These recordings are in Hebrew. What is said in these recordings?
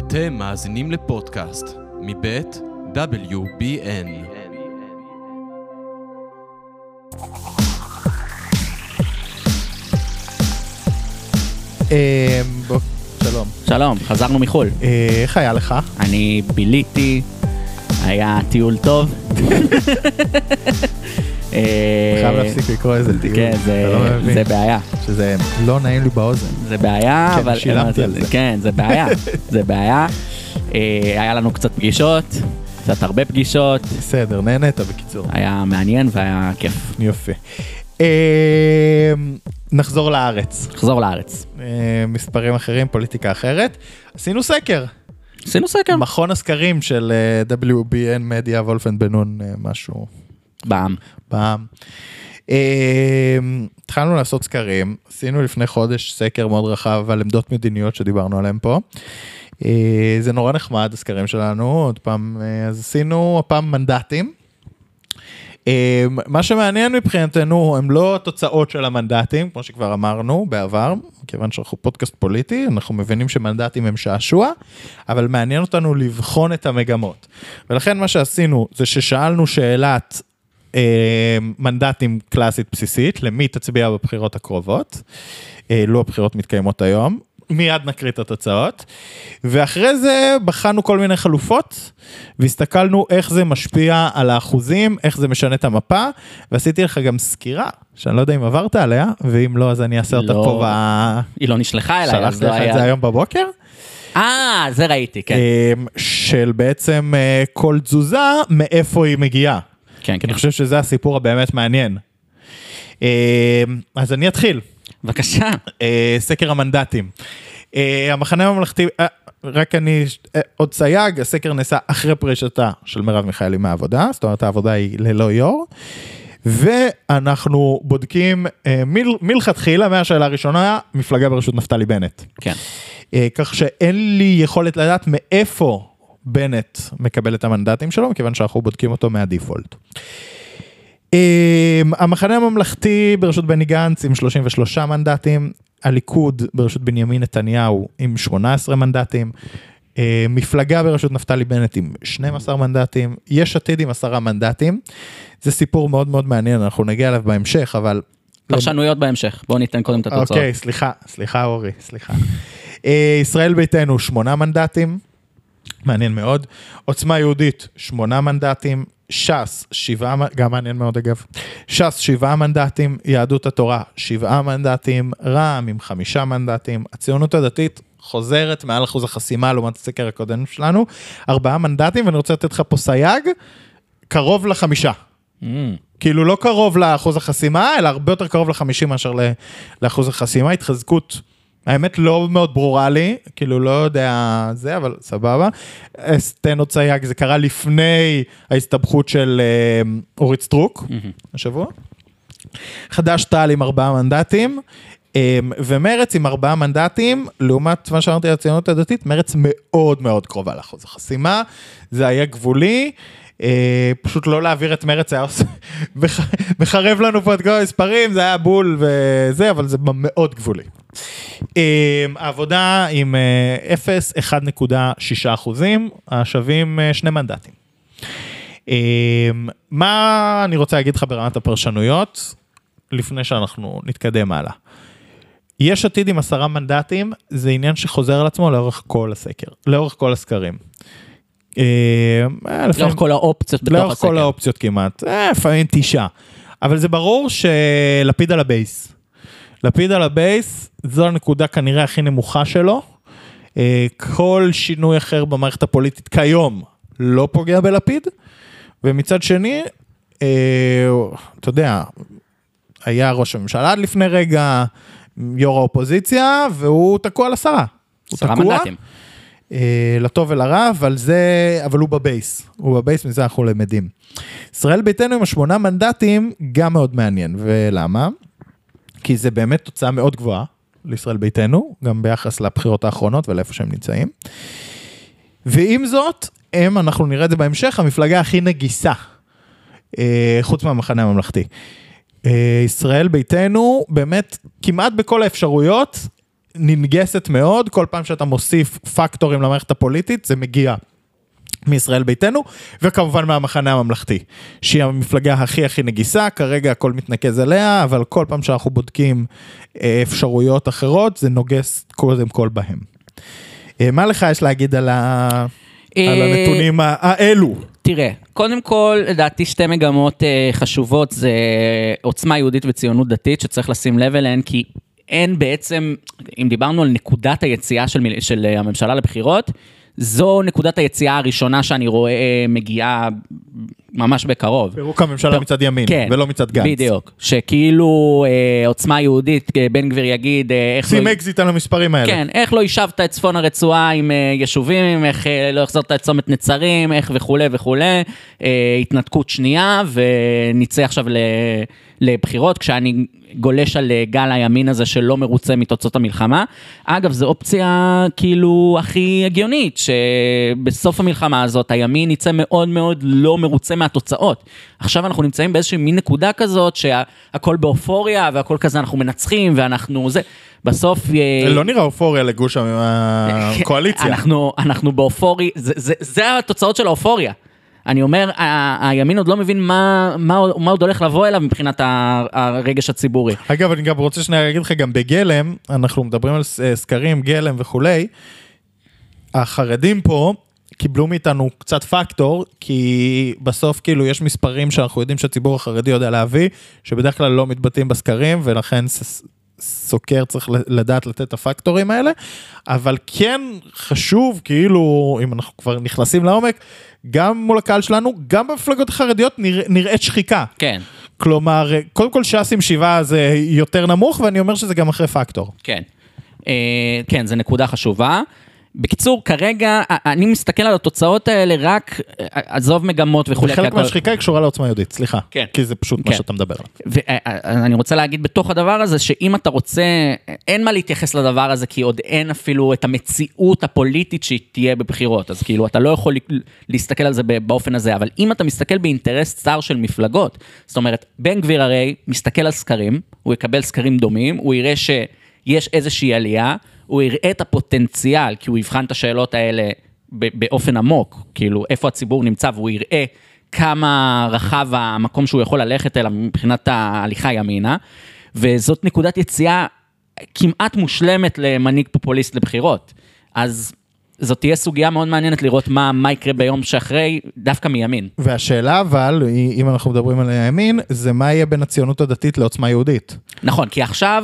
אתם מאזינים לפודקאסט מבית WBN. שלום. שלום, חזרנו מחול. איך היה לך? אני ביליתי, היה טיול טוב. חייב להפסיק לקרוא איזה טיול. כן, זה בעיה. שזה לא נעים לי באוזן. זה בעיה, כן, אבל... שילמתי על זה. כן, זה בעיה. זה בעיה. היה לנו קצת פגישות, קצת הרבה פגישות. בסדר, נהנית בקיצור. היה מעניין והיה כיף. יופי. נחזור לארץ. נחזור לארץ. מספרים אחרים, פוליטיקה אחרת. עשינו סקר. עשינו סקר. מכון הסקרים של WBN מדיה וולפן בנון משהו. בעם. התחלנו לעשות סקרים. עשינו לפני חודש סקר מאוד רחב על עמדות מדיניות שדיברנו עליהן פה. זה נורא נחמד, הסקרים שלנו. עוד פעם, אז עשינו הפעם מנדטים. מה שמעניין מבחינתנו הם לא התוצאות של המנדטים, כמו שכבר אמרנו בעבר, כיוון שאנחנו פודקאסט פוליטי, אנחנו מבינים שמנדטים הם שעשוע, אבל מעניין אותנו לבחון את המגמות. ולכן מה שעשינו זה ששאלנו שאלת מנדטים קלאסית בסיסית, למי תצביע בבחירות הקרובות, לא הבחירות מתקיימות היום, מיד נקריא את התוצאות, ואחרי זה בחנו כל מיני חלופות, והסתכלנו איך זה משפיע על האחוזים, איך זה משנה את המפה, ועשיתי לך גם סקירה, שאני לא יודע אם עברת עליה, ואם לא, אז אני אעשה אותה פה היא לא נשלחה אליי. שלחתי לך את זה היום בבוקר. זה ראיתי, כן. של בעצם כל תזוזה, מאיפה היא מגיעה. כן. אני חושב שזה הסיפור הבאמת מעניין. אז אני אתחיל. בבקשה. סקר המנדטים. המחנה הממלכתי, רק אני, עוד סייג, הסקר נעשה אחרי פרישתה של מרב מיכאלי מהעבודה, זאת אומרת העבודה היא ללא יור, ואנחנו בודקים מלכתחילה, מהשאלה הראשונה, מפלגה בראשות נפתלי בנט. כן. כך שאין לי יכולת לדעת מאיפה בנט מקבל את המנדטים שלו, מכיוון שאנחנו בודקים אותו מהדיפולט. המחנה הממלכתי בראשות בני גנץ עם 33 מנדטים, הליכוד בראשות בנימין נתניהו עם 18 מנדטים, מפלגה בראשות נפתלי בנט עם 12 מנדטים, יש עתיד עם 10 מנדטים, זה סיפור מאוד מאוד מעניין, אנחנו נגיע אליו בהמשך, אבל... פרשנויות בהמשך, בואו ניתן קודם את התוצאות. אוקיי, סליחה אורי, סליחה. ישראל ביתנו 8 מנדטים, מעניין מאוד, עוצמה יהודית 8 מנדטים, ש"ס 7, גם מעניין מאוד אגב, ש"ס 7 מנדטים, יהדות התורה 7 מנדטים, רע"מ עם 5 מנדטים, הציונות הדתית חוזרת מעל אחוז החסימה לעומת הסקר הקודם שלנו, 4 מנדטים, ואני רוצה לתת לך פה סייג, קרוב ל5. כאילו לא קרוב לאחוז החסימה, אלא הרבה יותר קרוב ל50 מאשר לאחוז החסימה, התחזקות, האמת לא מאוד ברורה לי, כאילו לא יודע זה, אבל סבבה. תן עוד סייג, זה קרה לפני ההסתבכות של אורית סטרוק, השבוע. חד"ש תע"ל עם 4 מנדטים, ומרץ עם 4 מנדטים, לעומת מה שאמרתי על הציונות הדתית, מרץ מאוד מאוד קרובה לאחוז החסימה, זה היה גבולי, פשוט לא להעביר את מרץ, היה מחרב לנו פה את כל המספרים, זה היה בול וזה, אבל זה מאוד גבולי. העבודה עם 1.6%, השווים 2 מנדטים. מה אני רוצה להגיד לך ברמת הפרשנויות, לפני שאנחנו נתקדם הלאה. יש עתיד עם 10 מנדטים, זה עניין שחוזר על עצמו לאורך כל הסקר, לאורך כל הסקרים. לאורך כל האופציות בתוך הסקר. לאורך כל האופציות כמעט, לפעמים 9. אבל זה ברור שלפיד על הבייס. לפיד על הבייס, זו הנקודה כנראה הכי נמוכה שלו. כל שינוי אחר במערכת הפוליטית כיום לא פוגע בלפיד. ומצד שני, אתה יודע, היה ראש הממשלה עד לפני רגע, יו"ר האופוזיציה, והוא תקוע על 10. 10 מנדטים. לטוב ולרע, אבל הוא בבייס. הוא בבייס, מזה אנחנו למדים. ישראל ביתנו עם 8 מנדטים, גם מאוד מעניין. ולמה? כי זה באמת תוצאה מאוד גבוהה לישראל ביתנו, גם ביחס לבחירות האחרונות ולאיפה שהם נמצאים. ועם זאת, אנחנו נראה את זה בהמשך, המפלגה הכי נגיסה, חוץ מהמחנה הממלכתי. ישראל ביתנו, באמת, כמעט בכל האפשרויות, ננגסת מאוד, כל פעם שאתה מוסיף פקטורים למערכת הפוליטית, זה מגיע מישראל ביתנו, וכמובן מהמחנה הממלכתי, שהיא המפלגה הכי נגיסה, כרגע הכל מתנקז עליה, אבל כל פעם שאנחנו בודקים אפשרויות אחרות, זה נוגס קודם כל בהם. מה לך יש להגיד על הנתונים האלו? תראה, קודם כל, לדעתי שתי מגמות חשובות, זה עוצמה יהודית וציונות דתית, שצריך לשים לב אליהן, כי אין בעצם, אם דיברנו על נקודת היציאה של הממשלה לבחירות, זו נקודת היציאה הראשונה שאני רואה מגיעה ממש בקרוב. פירוק הממשלה מצד ימין, כן, ולא מצד גנץ. בדיוק, שכאילו עוצמה יהודית, בן גביר יגיד... שים אקזיט על המספרים האלה. כן, איך לא יישבת את צפון הרצועה עם יישובים, איך לא החזרת את צומת נצרים, איך וכו' וכו', התנתקות שנייה, ונצא עכשיו לבחירות, כשאני גולש על גל הימין הזה שלא מרוצה מתוצאות המלחמה. אגב, זו אופציה כאילו הכי הגיונית, שבסוף המלחמה הזאת הימין יצא מאוד מאוד לא מרוצה מהתוצאות. עכשיו אנחנו נמצאים באיזושהי מין נקודה כזאת, שהכל באופוריה, והכל כזה אנחנו מנצחים, ואנחנו זה... בסוף... לא נראה אופוריה לגוש הקואליציה. אנחנו באופוריה, זה התוצאות של האופוריה. אני אומר, הימין עוד לא מבין מה עוד הולך לבוא אליו מבחינת הרגש הציבורי. אגב, אני גם רוצה שנייה להגיד לך, גם בגלם, אנחנו מדברים על סקרים, גלם וכולי, החרדים פה קיבלו מאיתנו קצת פקטור, כי בסוף כאילו יש מספרים שאנחנו יודעים שהציבור החרדי יודע להביא, שבדרך כלל לא מתבטאים בסקרים, ולכן סוקר צריך לדעת לתת את הפקטורים האלה, אבל כן חשוב, כאילו, אם אנחנו כבר נכנסים לעומק, גם מול הקהל שלנו, גם במפלגות החרדיות נראית שחיקה. כן. כלומר, קודם כל שעשים 7 זה יותר נמוך, ואני אומר שזה גם אחרי פקטור. כן. כן, זה נקודה חשובה. בקיצור, כרגע, אני מסתכל על התוצאות האלה רק, עזוב מגמות וכו'. וחלק מהשחיקה היא קשורה לעוצמה יהודית, סליחה. כן. כי זה פשוט מה שאתה מדבר עליו. ואני רוצה להגיד בתוך הדבר הזה, שאם אתה רוצה, אין מה להתייחס לדבר הזה, כי עוד אין אפילו את המציאות הפוליטית שהיא תהיה בבחירות, אז כאילו, אתה לא יכול להסתכל על זה באופן הזה, אבל אם אתה מסתכל באינטרס צר של מפלגות, זאת אומרת, בן גביר הרי מסתכל על סקרים, הוא יקבל סקרים דומים, הוא יראה שיש איזושהי עלייה, הוא יראה את הפוטנציאל, כי הוא יבחן את השאלות האלה באופן עמוק, כאילו איפה הציבור נמצא, והוא יראה כמה רחב המקום שהוא יכול ללכת אליו מבחינת ההליכה ימינה, וזאת נקודת יציאה כמעט מושלמת למנהיג פופוליסט לבחירות. אז זאת תהיה סוגיה מאוד מעניינת לראות מה יקרה ביום שאחרי, דווקא מימין. והשאלה אבל, אם אנחנו מדברים על הימין, זה מה יהיה בין הציונות הדתית לעוצמה יהודית. נכון, כי עכשיו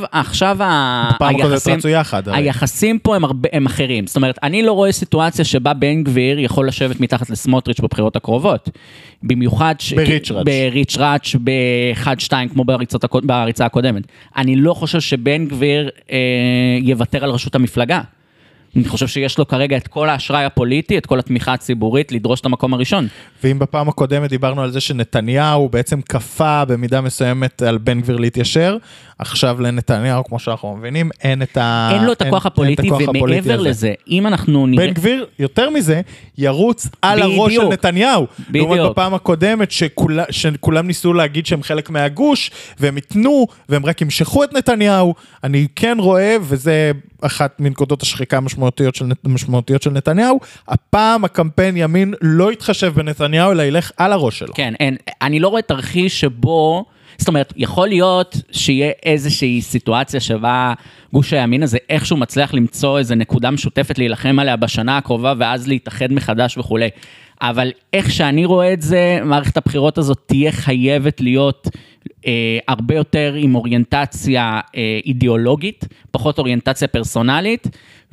היחסים פה הם אחרים. זאת אומרת, אני לא רואה סיטואציה שבה בן גביר יכול לשבת מתחת לסמוטריץ' בבחירות הקרובות. במיוחד בריצ'ראץ' ב-1-2 כמו בריצה הקודמת. אני לא חושב שבן גביר יוותר על ראשות המפלגה. אני חושב שיש לו כרגע את כל האשראי הפוליטי, את כל התמיכה הציבורית, לדרוש את המקום הראשון. ואם בפעם הקודמת דיברנו על זה שנתניהו בעצם כפה במידה מסוימת על בן גביר להתיישר, עכשיו לנתניהו, כמו שאנחנו מבינים, אין לו את הכוח הפוליטי, ומעבר לזה, אם אנחנו בן גביר, יותר מזה, ירוץ על הראש של נתניהו. בדיוק. בפעם הקודמת, שכולם ניסו להגיד שהם חלק מהגוש, והם יתנו, והם רק ימשכו את נתניהו. אני כן רואה, וזה אחת מנקודות השחיקה המשמעותיות של נתניהו, הפעם הקמפיין ימין לא יתחשב בנתניהו, אלא ילך על הראש שלו. כן, אני לא רואה תרחיש שבו, זאת אומרת, יכול להיות שיהיה איזושהי סיטואציה שבה גוש הימין הזה איכשהו מצליח למצוא איזו נקודה משותפת להילחם עליה בשנה הקרובה, ואז להתאחד מחדש וכו'. אבל איך שאני רואה את זה, מערכת הבחירות הזאת תהיה חייבת להיות הרבה יותר עם אוריינטציה אידיאולוגית, פחות אוריינטציה פרסונלית,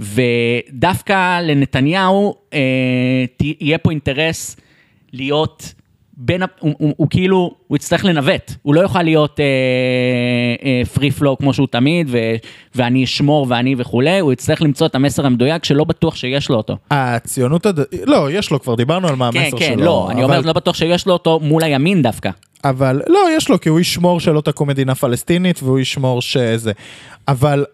ודווקא לנתניהו יהיה פה אינטרס להיות הוא כאילו, הוא יצטרך לנווט, הוא לא יוכל להיות פרי פלו כמו שהוא תמיד, ואני אשמור ואני וכולי, הוא יצטרך למצוא את המסר המדויק שלא בטוח שיש לו אותו. הציונות, לא, יש לו, כבר דיברנו על מה המסר שלו. כן, לא, אני אומר, לא בטוח שיש לו אותו מול הימין דווקא. אבל לא, יש לו, כי הוא ישמור שלא תקום מדינה פלסטינית, והוא ישמור שזה. אבל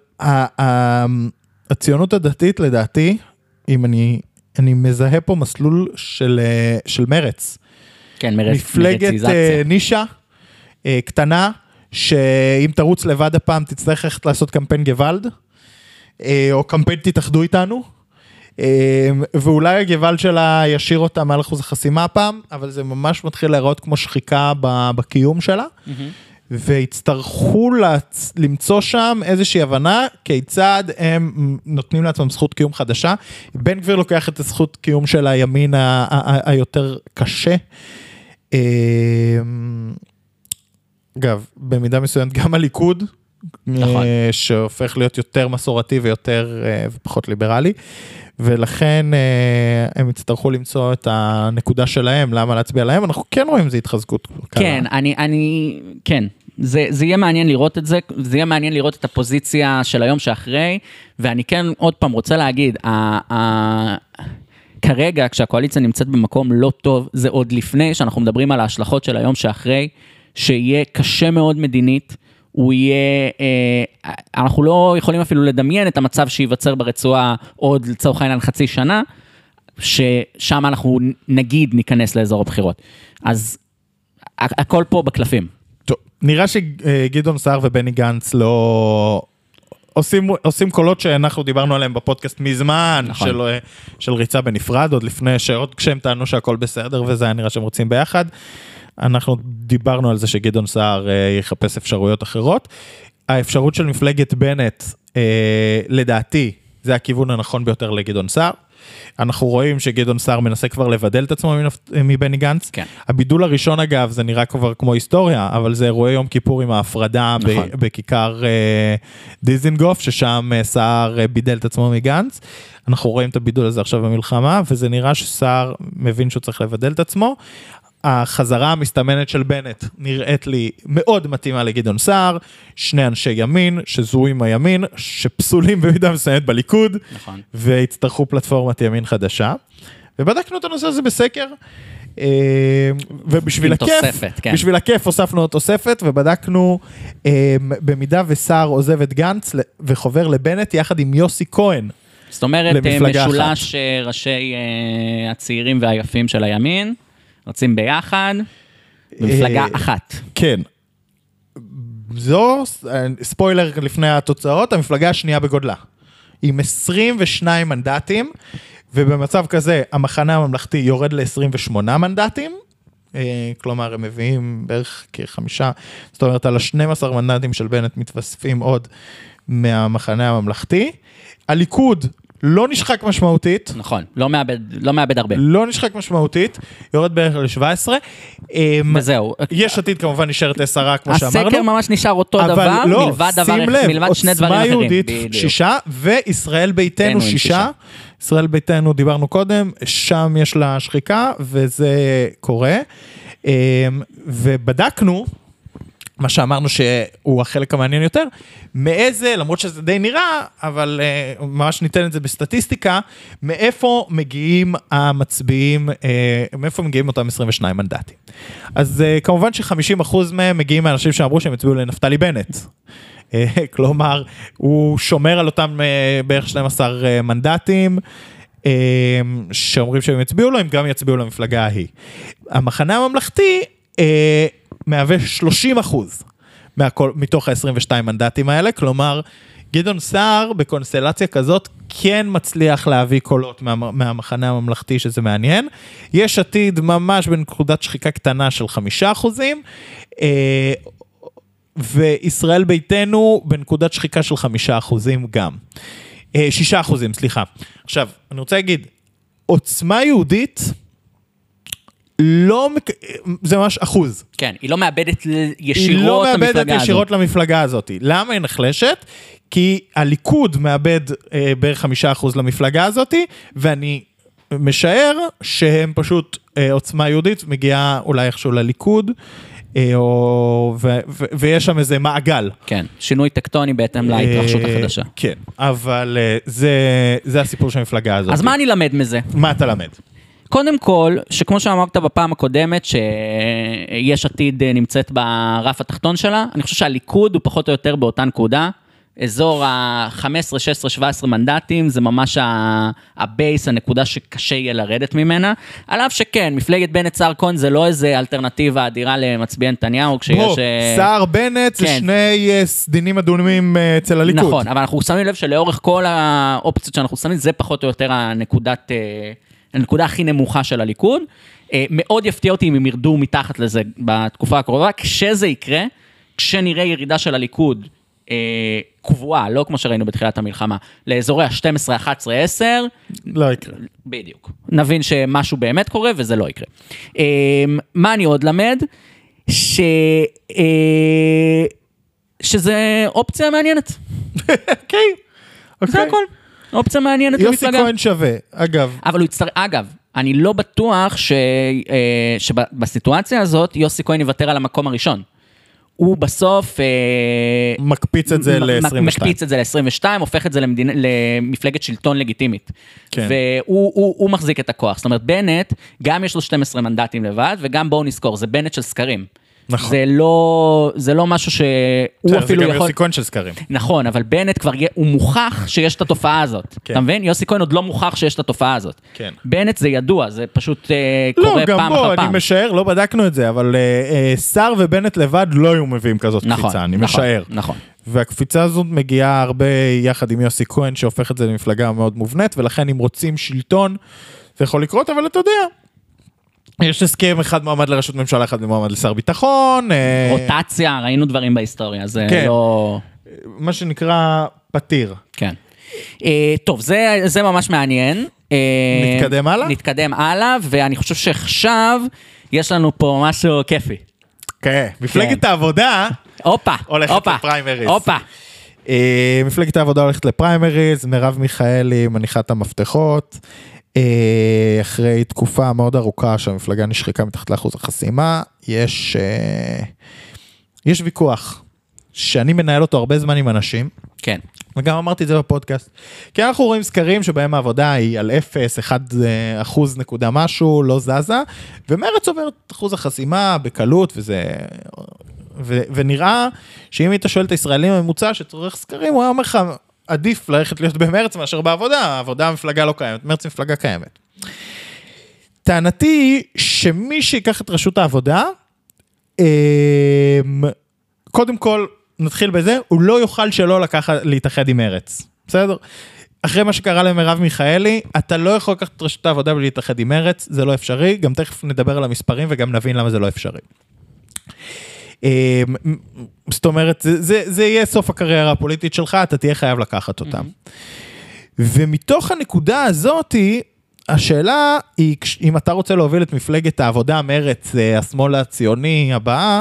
הציונות הדתית, לדעתי, אם אני מזהה פה מסלול של מרץ. כן, מפלגת נישה קטנה, שאם תרוץ לבד הפעם תצטרך לעשות קמפיין גוואלד, או קמפיין תתאחדו איתנו, ואולי הגבל שלה ישאיר אותה מעל אחוז החסימה הפעם, אבל זה ממש מתחיל להיראות כמו שחיקה בקיום שלה, והצטרכו למצוא שם איזושהי הבנה, כיצד הם נותנים לעצמם זכות קיום חדשה, בן גביר לוקח את הזכות קיום של הימין היותר קשה, אגב, במידה מסוימת גם הליכוד, נכון. שהופך להיות יותר מסורתי ויותר ופחות ליברלי, ולכן הם יצטרכו למצוא את הנקודה שלהם, למה להצביע להם, אנחנו כן רואים זה התחזקות. כן, כן, זה יהיה מעניין לראות את זה, זה יהיה מעניין לראות את הפוזיציה של היום שאחרי, ואני כן עוד פעם רוצה להגיד, כרגע כשהקואליציה נמצאת במקום לא טוב, זה עוד לפני שאנחנו מדברים על ההשלכות של היום שאחרי, שיהיה קשה מאוד מדינית, הוא יהיה, אנחנו לא יכולים אפילו לדמיין את המצב שיווצר ברצועה עוד לצורך העניין חצי שנה, ששם אנחנו נגיד ניכנס לאזור הבחירות. אז הכל פה בקלפים. טוב, נראה שגדעון סער ובני גנץ לא עושים קולות שאנחנו דיברנו עליהם בפודקאסט מזמן, נכון. של ריצה בנפרד, עוד כשהם טענו שהכל בסדר, וזה היה נראה שהם רוצים ביחד. אנחנו דיברנו על זה שגדעון סער יחפש אפשרויות אחרות. האפשרות של מפלגת בנט, לדעתי, זה הכיוון הנכון ביותר לגדעון סער. אנחנו רואים שגדעון סער מנסה כבר לבדל את עצמו מבני גנץ. כן. הבידול הראשון אגב, זה נראה כבר כמו היסטוריה, אבל זה אירועי יום כיפור עם ההפרדה נכון. בכיכר דיזינגוף, ששם סער בידל את עצמו מגנץ. אנחנו רואים את הבידול הזה עכשיו במלחמה, וזה נראה שסער מבין שהוא צריך לבדל את עצמו. החזרה המסתמנת של בנט נראית לי מאוד מתאימה לגדעון סער, שני אנשי ימין שזוהים עם הימין, שפסולים במידה מסוימת בליכוד, נכון. והצטרכו פלטפורמת ימין חדשה, ובדקנו את הנושא הזה בסקר, ובשביל הכיף, תוספת, כן. בשביל הכיף הוספנו עוד תוספת, ובדקנו במידה וסער עוזב את גנץ וחובר לבנט יחד עם יוסי כהן, זאת אומרת משולש ראשי הצעירים והיפים של הימין, רוצים ביחד, במפלגה אחת. כן. זו, ספוילר לפני התוצאות, המפלגה השנייה בגודלה. עם 22 מנדטים, ובמצב כזה, המחנה הממלכתי יורד ל-28 מנדטים, כלומר, הם מביאים בערך כ5, זאת אומרת, על ה-12 מנדטים של בנט מתווספים עוד מהמחנה הממלכתי. הליכוד לא נשחק משמעותית. נכון, לא מאבד הרבה. לא נשחק משמעותית, יורד בערך ל-17. וזהו. יש עתיד כמובן נשארת 10, כמו שאמרנו. הסקר ממש נשאר אותו דבר, מלבד שני דברים אחרים. עוצמה יהודית 6, וישראל ביתנו 6. ישראל ביתנו דיברנו קודם, שם יש לה שחיקה, וזה קורה. ובדקנו, מה שאמרנו שהוא החלק המעניין יותר, מאיזה, למרות שזה די נראה, אבל ממש ניתן את זה בסטטיסטיקה, מאיפה מגיעים המצביעים, מאיפה מגיעים אותם 22 מנדטים. אז כמובן ש50% מהם מגיעים מאנשים שאמרו שהם הצביעו לנפתלי בנט. כלומר, הוא שומר על אותם בערך 12 מנדטים, שאומרים שהם יצביעו לו, הם גם יצביעו למפלגה ההיא. המחנה הממלכתי, מהווה 30% מתוך ה-22 מנדטים האלה, כלומר, גדעון סער בקונסטלציה כזאת כן מצליח להביא קולות מהמחנה הממלכתי, שזה מעניין. יש עתיד ממש בנקודת שחיקה קטנה של 5%, וישראל ביתנו בנקודת שחיקה של 5% גם. 6%, סליחה. עכשיו, אני רוצה להגיד, עוצמה יהודית, לא, זה ממש אחוז. כן, היא לא מאבדת ישירות למפלגה הזאת. היא לא מאבדת ישירות למפלגה הזאת. למה היא נחלשת? כי הליכוד מאבד בערך 5% למפלגה הזאת, ואני משער שהם פשוט עוצמה יהודית, מגיעה אולי איכשהו לליכוד, ויש שם איזה מעגל. כן, שינוי טקטוני בהתאם להתרחשות החדשה. כן, אבל זה הסיפור של המפלגה הזאת. אז מה אני למד מזה? מה אתה למד? קודם כל, שכמו שאמרת בפעם הקודמת, שיש עתיד נמצאת ברף התחתון שלה, אני חושב שהליכוד הוא פחות או יותר באותה נקודה, אזור ה-15, 16, 17 מנדטים, זה ממש הבייס, הנקודה שקשה יהיה לרדת ממנה. על אף שכן, מפלגת בנט סער כהן זה לא איזה אלטרנטיבה אדירה למצביעי נתניהו, כשיש... בוא, סער בנט זה שני סדינים אדומים אצל הליכוד. נכון, אבל אנחנו שמים לב שלאורך כל האופציות שאנחנו שמים, זה פחות או יותר הנקודה הכי נמוכה של הליכוד. מאוד יפתיע אותי אם הם ירדו מתחת לזה בתקופה הקרובה, כשזה יקרה, כשנראה ירידה של הליכוד קבועה, לא כמו שראינו בתחילת המלחמה, לאזורי ה-12, 11, 10. לא יקרה. בדיוק. נבין שמשהו באמת קורה וזה לא יקרה. מה אני עוד למד? שזה אופציה מעניינת. אוקיי. זה הכל. אופציה מעניינת יוסי כהן שווה, אגב. אבל הוא יצטרך, אגב, אני לא בטוח שבסיטואציה הזאת יוסי כהן יוותר על המקום הראשון. הוא בסוף... מקפיץ את זה ל-22. מקפיץ את זה ל-22, הופך את זה למפלגת שלטון לגיטימית. כן. והוא מחזיק את הכוח. זאת אומרת, בנט, גם יש לו 12 מנדטים לבד, וגם בואו נזכור, זה בנט של סקרים. נכון. זה לא משהו שהוא אפילו יכול... זה גם יוסי כהן של סקרים. נכון, אבל בנט כבר הוא מוכח שיש את התופעה הזאת. אתה מבין? יוסי כהן עוד לא מוכח שיש את התופעה הזאת. כן. בנט זה ידוע, זה פשוט קורה פעם אחר פעם. לא, גם בוא, אני משער, לא בדקנו את זה, אבל סער ובנט לבד לא היו מביאים כזאת קפיצה, אני משער. נכון. והקפיצה הזאת מגיעה הרבה יחד עם יוסי כהן, שהופך את זה למפלגה מאוד מובנית, ולכן אם רוצים שלטון, זה יכול לקרות, אבל אתה יודע, יש הסכם אחד מועמד לראשות ממשלה, אחד מועמד לשר ביטחון. רוטציה, ראינו דברים בהיסטוריה, זה לא... מה שנקרא פתיר. כן. טוב, זה ממש מעניין. נתקדם הלאה? נתקדם הלאה, ואני חושב שעכשיו יש לנו פה משהו כיפי. כן, מפלגת העבודה הולכת לפריימריז. מפלגת העבודה הולכת לפריימריז, מרב מיכאלי מניחה את המפתחות. אחרי תקופה מאוד ארוכה שהמפלגה נשחקה מתחת לאחוז החסימה, יש ויכוח שאני מנהל אותו הרבה זמן עם אנשים. כן. וגם אמרתי את זה בפודקאסט. כי אנחנו רואים סקרים שבהם העבודה היא על 0, 1% נקודה משהו, לא זזה, ומרץ עוברת אחוז החסימה בקלות, ונראה שאם היית שואל את הישראלים הממוצע שצורך סקרים, הוא היה אומר לך, עדיף ללכת להיות במרץ מאשר בעבודה, העבודה המפלגה לא קיימת, מרץ מפלגה קיימת. טענתי שמי שיקח את רשות העבודה, קודם כל, נתחיל בזה, הוא לא יוכל שלא להתאחד עם מרץ, בסדר? אחרי מה שקרה למרב מיכאלי, אתה לא יכול לקחת את רשות העבודה ולהתאחד עם מרץ, זה לא אפשרי, גם תכף נדבר על המספרים וגם נבין למה זה לא אפשרי. זאת אומרת, זה יהיה סוף הקריירה הפוליטית שלך, אתה תהיה חייב לקחת אותם. ומתוך הנקודה הזאת, השאלה היא, אם אתה רוצה להוביל את מפלגת העבודה, מרץ, השמאל הציוני הבאה,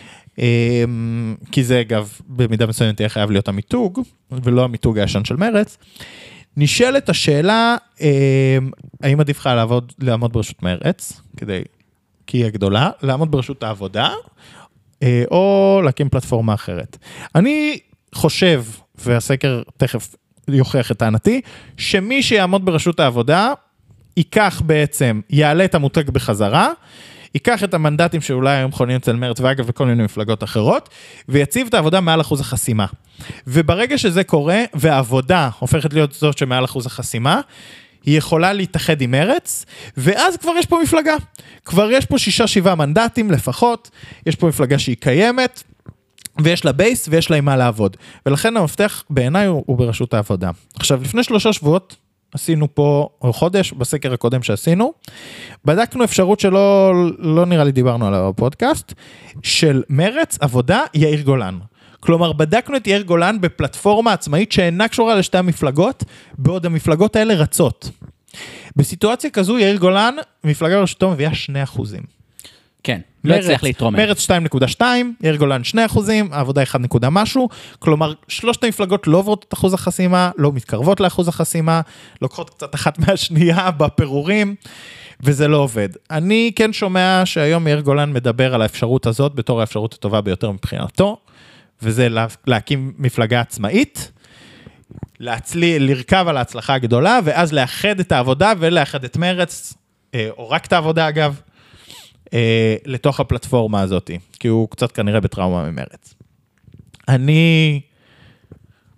כי זה אגב, במידה מסוימת תהיה חייב להיות המיתוג, ולא המיתוג הישן של מרץ, נשאלת השאלה, האם עדיף לך לעמוד ברשות מרץ, כי היא הגדולה, לעמוד ברשות העבודה, או להקים פלטפורמה אחרת. אני חושב, והסקר תכף יוכיח את טענתי, שמי שיעמוד ברשות העבודה, ייקח בעצם, יעלה את המותג בחזרה, ייקח את המנדטים שאולי היום חונים אצל מרץ, ואגב וכל מיני מפלגות אחרות, ויציב את העבודה מעל אחוז החסימה. וברגע שזה קורה, והעבודה הופכת להיות זאת שמעל אחוז החסימה, היא יכולה להתאחד עם מרץ, ואז כבר יש פה מפלגה. כבר יש פה 6-7 מנדטים לפחות, יש פה מפלגה שהיא קיימת, ויש לה בייס, ויש לה עם מה לעבוד. ולכן המפתח בעיניי הוא ברשות העבודה. עכשיו, לפני 3 שבועות, עשינו פה, או חודש, בסקר הקודם שעשינו, בדקנו אפשרות שלא נראה לי דיברנו עליו בפודקאסט, של מרץ, עבודה, יאיר גולן. כלומר, בדקנו את יאיר גולן בפלטפורמה עצמאית שאינה קשורה לשתי המפלגות, בעוד המפלגות האלה רצות. בסיטואציה כזו, יאיר גולן, מפלגה ברשותו מביאה 2%. כן, לא הצליח להתרומם. מרץ 2.2, יאיר גולן 2%, העבודה 1 נקודה משהו, כלומר, 3 המפלגות לא עוברות את אחוז החסימה, לא מתקרבות לאחוז החסימה, לוקחות קצת אחת מהשנייה בפירורים, וזה לא עובד. אני כן שומע שהיום יאיר גולן מדבר על האפשרות הזאת, בתור האפשרות הטובה ביותר מבחינתו, וזה להקים מפלגה עצמאית, לרכב על ההצלחה הגדולה, ואז לאחד את העבודה ולאחד את מרץ, או רק את העבודה אגב, לתוך הפלטפורמה הזאת, כי הוא קצת כנראה בטראומה ממרץ. אני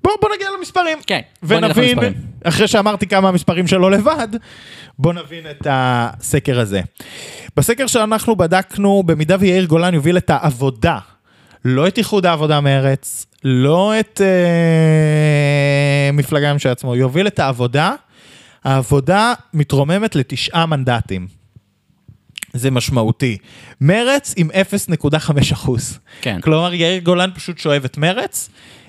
בוא נגיע למספרים. כן, בוא נלך ונבין, למספרים. אחרי שאמרתי כמה המספרים שלו לבד, בוא נבין את הסקר הזה. בסקר שאנחנו בדקנו, במידה ויאיר גולן יוביל את העבודה, לא את איחוד העבודה מארץ, לא את מפלגה של עצמו, יוביל את העבודה, העבודה מתרוממת ל9 מנדטים. זה משמעותי. מרץ עם 0.5%. כן. כלומר, יאיר גולן פשוט שואב את מרץ.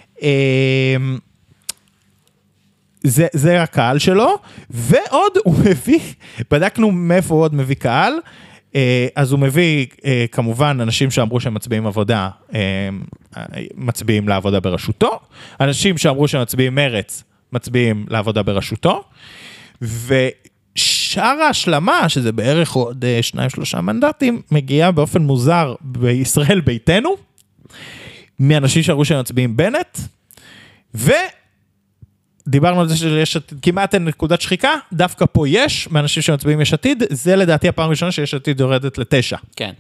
זה הקהל שלו, ועוד הוא מביא, בדקנו מאיפה הוא עוד מביא קהל, אז הוא מביא כמובן אנשים שאמרו שהם מצביעים עבודה, מצביעים לעבודה בראשותו, אנשים שאמרו שהם מצביעים מרץ, מצביעים לעבודה בראשותו, ושאר ההשלמה, שזה בערך עוד 2-3 מנדטים, מגיעה באופן מוזר בישראל ביתנו, מאנשים שאמרו שהם מצביעים בנט, דיברנו על זה שיש כמעט אין נקודת שחיקה, דווקא פה יש, מאנשים שמצביעים יש עתיד, זה לדעתי הפעם הראשונה שיש עתיד יורדת ל9. כן.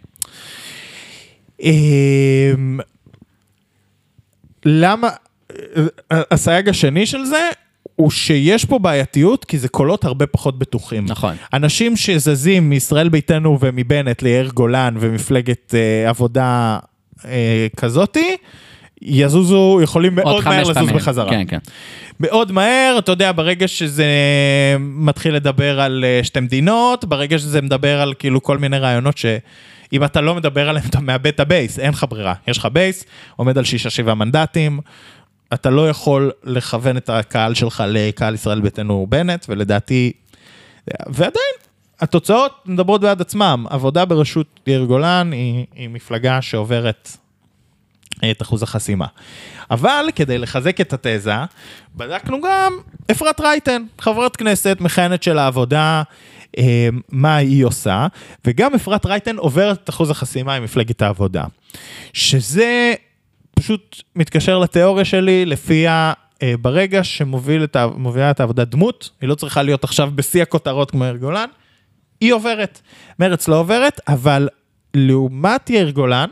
למה, הסייג השני של זה, הוא שיש פה בעייתיות, כי זה קולות הרבה פחות בטוחים. נכון. אנשים שזזים מישראל ביתנו ומבנט ליאיר גולן ומפלגת עבודה כזאתי, יזוזו, יכולים מאוד מהר לזוז בחזרה. כן, כן. מאוד מהר, אתה יודע, ברגע שזה מתחיל לדבר על שתי מדינות, ברגע שזה מדבר על כאילו כל מיני רעיונות שאם אתה לא מדבר עליהם, אתה מאבד את הבייס, אין לך ברירה. יש לך בייס, עומד על 6-7 מנדטים, אתה לא יכול לכוון את הקהל שלך לקהל ישראל ביתנו בנט, ולדעתי, ועדיין, התוצאות מדברות בעד עצמם. עבודה בראשות יאיר גולן היא מפלגה שעוברת את אחוז החסימה. אבל כדי לחזק את התזה, בדקנו גם אפרת רייטן, חברת כנסת, מכהנת של העבודה, מה היא עושה, וגם אפרת רייטן עוברת את אחוז החסימה עם מפלגת העבודה. שזה פשוט מתקשר לתיאוריה שלי, לפיה ברגע שמובילה את העבודה דמות, היא לא צריכה להיות עכשיו בשיא הכותרות כמו יאיר גולן, היא עוברת. מרץ לא עוברת, אבל לעומת יאיר גולן,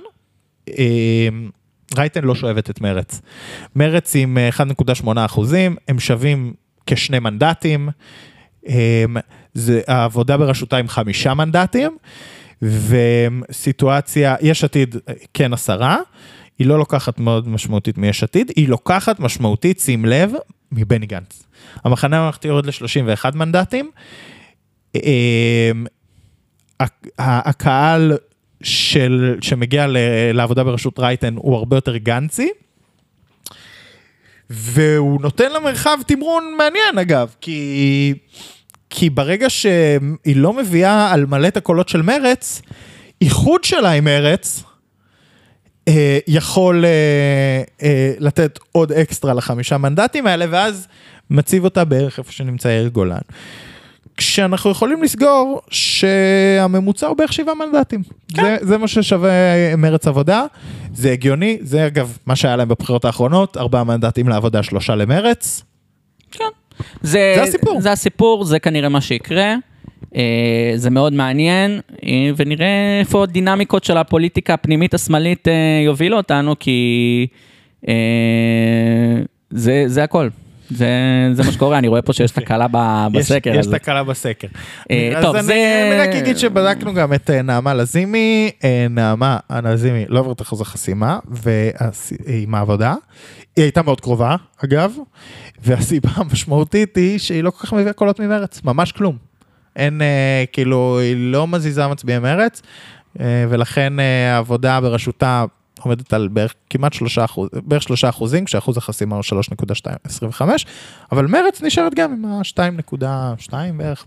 רייטן לא שואבת את מרץ. מרץ עם 1.8%, הם שווים כ2 מנדטים, העבודה בראשותה עם 5 מנדטים, וסיטואציה, יש עתיד כן 10, היא לא לוקחת מאוד משמעותית מיש עתיד, היא לוקחת משמעותית, שים לב, מבני גנץ. המחנה הממלכתי יורד ל31 מנדטים, הקהל שמגיע לעבודה בראשות רייטן הוא הרבה יותר גנצי, והוא נותן למרחב תמרון מעניין אגב, כי ברגע שהיא לא מביאה על מלא את הקולות של מרץ, איחוד שלה עם מרץ, יכול לתת עוד אקסטרה ל5 מנדטים האלה, ואז מציב אותה בערך איפה שנמצא יאיר גולן. כשאנחנו יכולים לסגור שהממוצע הוא בערך 7 מנדטים. זה מה ששווה מרץ עבודה, זה הגיוני, זה אגב מה שהיה להם בבחירות האחרונות, 4 מנדטים לעבודה, 3 למרץ. כן. זה הסיפור. זה הסיפור, זה כנראה מה שיקרה, זה מאוד מעניין, ונראה איפה הדינמיקות של הפוליטיקה הפנימית השמאלית יובילו אותנו, כי זה הכל. זה מה שקורה, אני רואה פה שיש תקלה בסקר. יש תקלה בסקר. אז אני רק אגיד שבדקנו גם את נעמה לזימי, נעמה לזימי לא עברת אחוז החסימה, ועם העבודה, היא הייתה מאוד קרובה, אגב, והסיבה המשמעותית היא שהיא לא כל כך מביאה קולות ממרץ, ממש כלום. אין, כאילו, היא לא מזיזה מצביעי מרץ, ולכן העבודה בראשותה עומדת על בערך כמעט 3%, בערך 3%, כשאחוז החסימה הוא 3.25, אבל מרץ נשארת גם עם ה-2.2 בערך,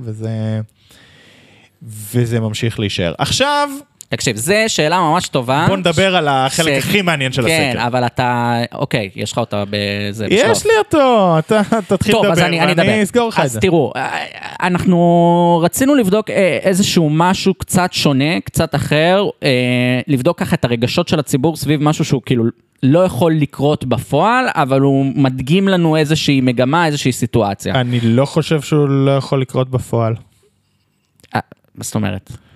וזה ממשיך להישאר. עכשיו, תקשיב, זו שאלה ממש טובה. בוא נדבר על החלק הכי מעניין של הסקר. כן, אבל אתה, אוקיי, יש לך אותה בזה בשלוף. יש לי אותו, אתה תתחיל לדבר, ואני אסגור לך את זה. אז תראו, אנחנו רצינו לבדוק איזשהו משהו קצת שונה, קצת אחר, לבדוק ככה את הרגשות של הציבור סביב משהו שהוא כאילו לא יכול לקרות בפועל, אבל הוא מדגים לנו איזושהי מגמה, איזושהי סיטואציה. אני לא חושב שהוא לא יכול לקרות בפועל. מה זאת אומרת?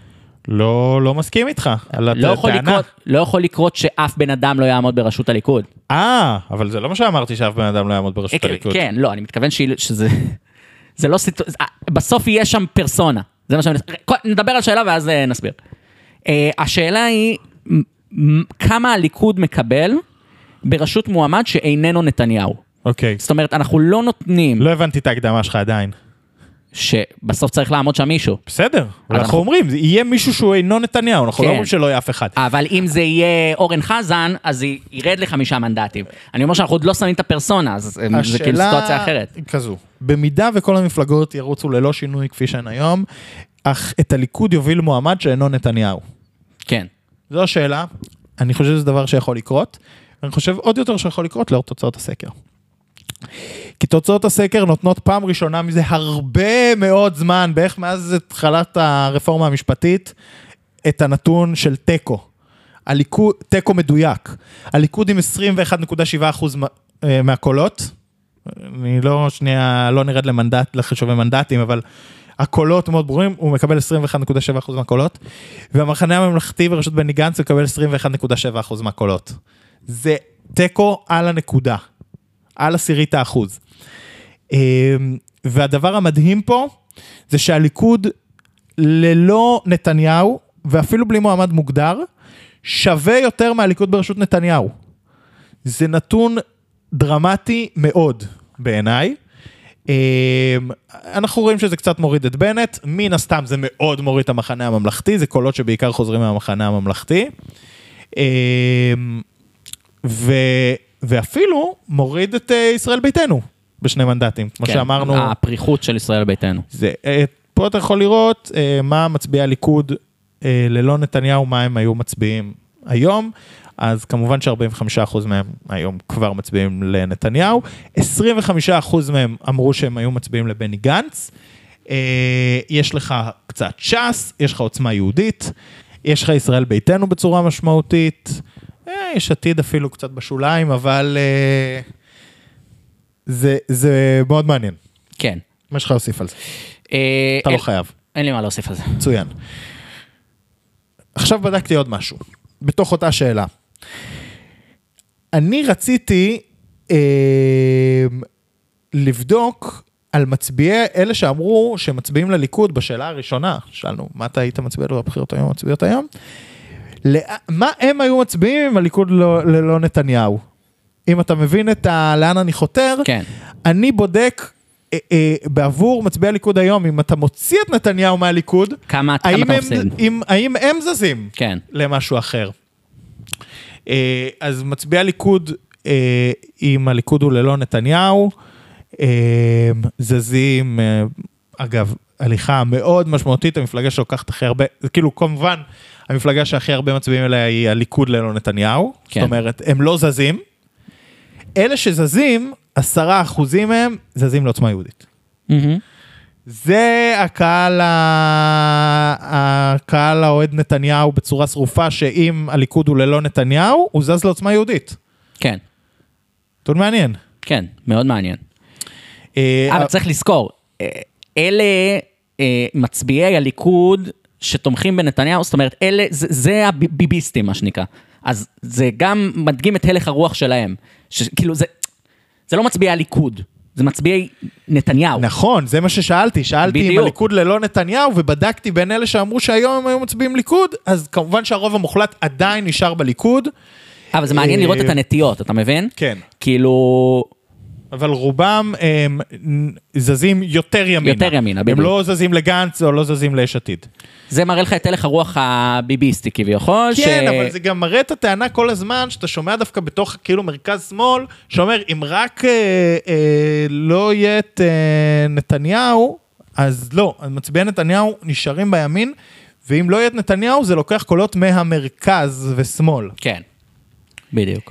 לא מסכים איתך על הטענה. לא יכול לקרות שאף בן אדם לא יעמוד בראשות הליכוד. אבל זה לא מה שאמרתי שאף בן אדם לא יעמוד בראשות הליכוד. כן, לא, אני מתכוון שזה זה לא בסוף יהיה שם פרסונה. זה מה שאני... נדבר על שאלה ואז נסביר. השאלה היא, כמה הליכוד מקבל בראשות מועמד שאיננו נתניהו? אוקיי. זאת אומרת, אנחנו לא נותנים... לא הבנתי את ההקדמה שלך עדיין. שבסוף צריך לעמוד שם מישהו. בסדר, אנחנו אומרים, יהיה מישהו שהוא אינו נתניהו, אנחנו לא אומרים שלא יהיה אף אחד. אבל אם זה יהיה אורן חזן, אז ירד ל5 מנדטים. אני אומר שאנחנו עוד לא שמים את הפרסונה, אז זה כאילו סיטואציה אחרת. השאלה כזו, במידה וכל המפלגות ירוצו ללא שינוי כפי שהן היום, אך את הליכוד יוביל מועמד שאינו נתניהו. כן. זו השאלה, אני חושב שזה דבר שיכול לקרות, ואני חושב עוד יותר שיכול לקרות לאור תוצאות הסקר. כי תוצאות הסקר נותנות פעם ראשונה מזה הרבה מאוד זמן, בערך מאז התחלת הרפורמה המשפטית, את הנתון של טקו. טקו מדויק. הליכוד עם 21.7% מהקולות, אני לא נרד למנדט, לחישובי מנדטים, אבל הקולות מאוד ברורים, הוא מקבל 21.7% מהקולות, והמחנה הממלכתי בראשות בני גנץ מקבל 21.7% מהקולות. זה טקו על הנקודה. על 0.1%. והדבר המדהים פה, זה שהליכוד ללא נתניהו, ואפילו בלי מועמד מוגדר, שווה יותר מהליכוד בראשות נתניהו. זה נתון דרמטי מאוד בעיניי. אנחנו רואים שזה קצת מוריד את בנט, מן הסתם זה מאוד מוריד את המחנה הממלכתי, זה קולות שבעיקר חוזרים מהמחנה הממלכתי. ואפילו מוריד את ישראל ביתנו בשני מנדטים, כמו שאמרנו. הפריחות של ישראל ביתנו. פה אתה יכול לראות מה מצביעי הליכוד ללא נתניהו, מה הם היו מצביעים היום, אז כמובן ש45% מהם היום כבר מצביעים לנתניהו, 25% מהם אמרו שהם היו מצביעים לבני גנץ, יש לך קצת ש"ס, יש לך עוצמה יהודית, יש לך ישראל ביתנו בצורה משמעותית, יש עתיד אפילו קצת בשוליים, אבל זה מאוד מעניין. כן. מה יש לך להוסיף על זה? אתה לא חייב. אין לי מה להוסיף על זה. מצוין. עכשיו בדקתי עוד משהו, בתוך אותה שאלה. אני רציתי לבדוק על מצביעי אלה שאמרו שמצביעים לליכוד בשאלה הראשונה. שאלנו, מה אתה היית מצביע לו בבחירות היום, מצביעות היום? מה הם היו מצביעים אם הליכוד ללא נתניהו? אם אתה מבין לאן אני חותר, כן. אני בודק בעבור מצביעי הליכוד היום, אם אתה מוציא את נתניהו מהליכוד, כמה אתה מפסיד? האם הם זזים כן. למשהו אחר? אז מצביעי הליכוד, אם הליכוד הוא ללא נתניהו, זזים, אגב, הליכה מאוד משמעותית, המפלגה שלוקחת הכי הרבה, זה כאילו כמובן, המפלגה שהכי הרבה מצביעים אליה היא הליכוד ללא נתניהו, כן. זאת אומרת, הם לא זזים, אלה שזזים, 10% מהם זזים לעוצמה יהודית. זה הקהל האוהד נתניהו בצורה שרופה, שאם הליכוד הוא ללא נתניהו, הוא זז לעוצמה יהודית. כן. טוב מעניין. כן, מאוד מעניין. אבל צריך לזכור, אלה מצביעי הליכוד שתומכים בנתניהו, זאת אומרת, זה הביביסטים, מה שנקרא. אז זה גם מדגים את הלך הרוח שלהם. כאילו, זה לא מצביעי הליכוד, זה מצביעי נתניהו. נכון, זה מה ששאלתי. שאלתי אם הליכוד ללא נתניהו, ובדקתי בין אלה שאמרו שהיום הם היו מצביעים ליכוד, אז כמובן שהרוב המוחלט עדיין נשאר בליכוד. אבל זה מעניין לראות את הנטיות, אתה מבין? כן. כאילו... אבל רובם זזים יותר ימינה. יותר ימינה, בדיוק. הם לא זזים לגנץ או לא זזים ליש עתיד. זה מראה לך את הלך הרוח הביביסטי כביכול. כן, אבל זה גם מראה את הטענה כל הזמן, שאתה שומע דווקא בתוך כאילו מרכז שמאל, שאומר, אם רק לא יהיה את נתניהו, אז לא, מצביעי נתניהו נשארים בימין, ואם לא יהיה את נתניהו, זה לוקח קולות מהמרכז ושמאל. כן, בדיוק.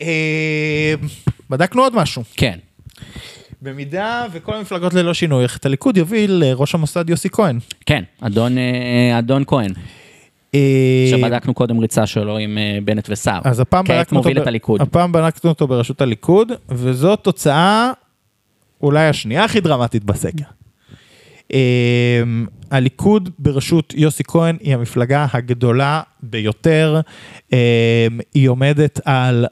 בדקנו עוד משהו. כן. במידה וכל המפלגות ללא שינוי, את הליכוד יוביל ראש המוסד יוסי כהן. כן, אדון כהן. שבדקנו קודם ריצה שלו עם בנט וסער. אז הפעם בדקנו אותו בראשות הליכוד, וזו תוצאה אולי השנייה הכי דרמטית בסקר. הליכוד בראשות יוסי כהן היא המפלגה הגדולה ביותר, היא עומדת על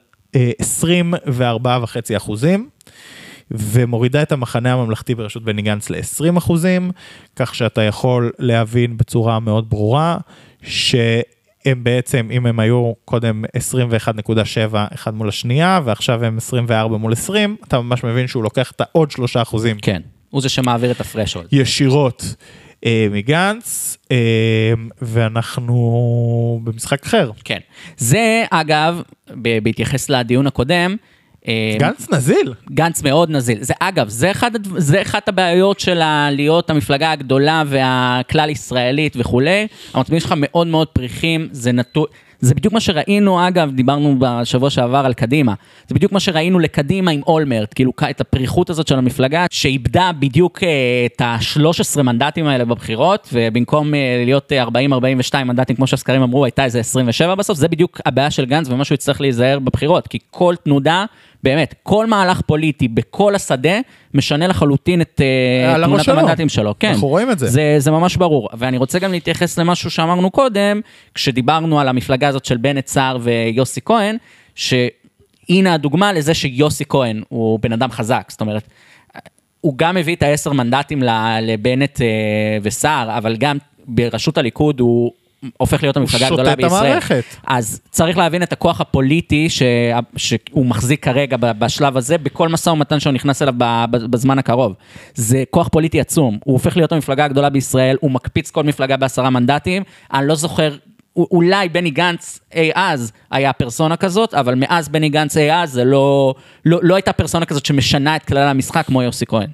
24.5%, ומורידה את המחנה הממלכתי בראשות בני גנץ ל-20%, כך שאתה יכול להבין בצורה מאוד ברורה, שהם בעצם, אם הם היו קודם 21.7 אחד מול השנייה, ועכשיו הם 24 מול 20, אתה ממש מבין שהוא לוקח את העוד 3%. כן, הוא זה שמעביר את הפרשולד. ישירות מגנץ, ואנחנו במשחק אחר. כן. זה, אגב, בהתייחס לדיון הקודם, גנץ נזיל. גנץ מאוד נזיל. זה, אגב, זה אחת הבעיות של להיות המפלגה הגדולה והכלל ישראלית וכולי. המצביעים שלך מאוד מאוד פריחים, זה בדיוק מה שראינו, אגב, דיברנו בשבוע שעבר על קדימה, זה בדיוק מה שראינו לקדימה עם אולמרט, כאילו את הפריחות הזאת של המפלגה, שאיבדה בדיוק את ה-13 מנדטים האלה בבחירות, ובמקום להיות 40-42 מנדטים, כמו שהסקרים אמרו, הייתה איזה 27 בסוף, זה בדיוק הבעיה של גנץ, ומה שהוא יצטרך להיזהר בבחירות, כי כל תנודה, באמת, כל מהלך פוליטי בכל השדה, משנה לחלוטין את תמונת המנדטים שלו. כן, אנחנו רואים את זה. זה ממש ברור. ואני רוצה גם להתייחס למשהו שאמרנו קודם, כשדיברנו על המפלגה הזאת של בנט סער ויוסי כהן, שהנה הדוגמה לזה שיוסי כהן הוא בן אדם חזק. זאת אומרת, הוא גם הביא את 10 מנדטים לבנט וסער, אבל גם בראשות הליכוד הוא הופך להיות המפלגה הגדולה בישראל. אז צריך להבין את הכוח הפוליטי שהוא מחזיק כרגע בשלב הזה, בכל משא ומתן שהוא נכנס אליו בזמן הקרוב. זה כוח פוליטי עצום. הוא הופך להיות המפלגה הגדולה בישראל, הוא מקפיץ כל מפלגה ב10 מנדטים. אני לא זוכר, אולי בני גנץ אז היה פרסונה כזאת, אבל מאז בני גנץ אז זה לא הייתה פרסונה כזאת שמשנה את כלל המשחק כמו יוסי כהן.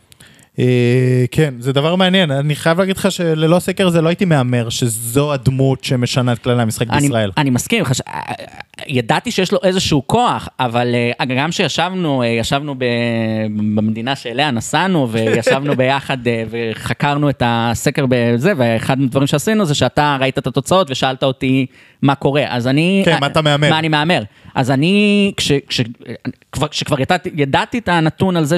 כן, זה דבר מעניין, אני חייב להגיד לך שללא סקר זה לא הייתי מאמר, שזו הדמות שמשנה את כלל המשחק בישראל. אני מסכים, ידעתי שיש לו איזשהו כוח, אבל גם שישבנו במדינה שאליה נסענו, וישבנו ביחד וחקרנו את הסקר בזה, ואחד מהדברים שעשינו זה שאתה ראית את התוצאות ושאלת אותי מה קורה, אז אני... כן, מה אתה מאמר? מה אני מאמר? אז אני, כשכבר ידעתי את הנתון על זה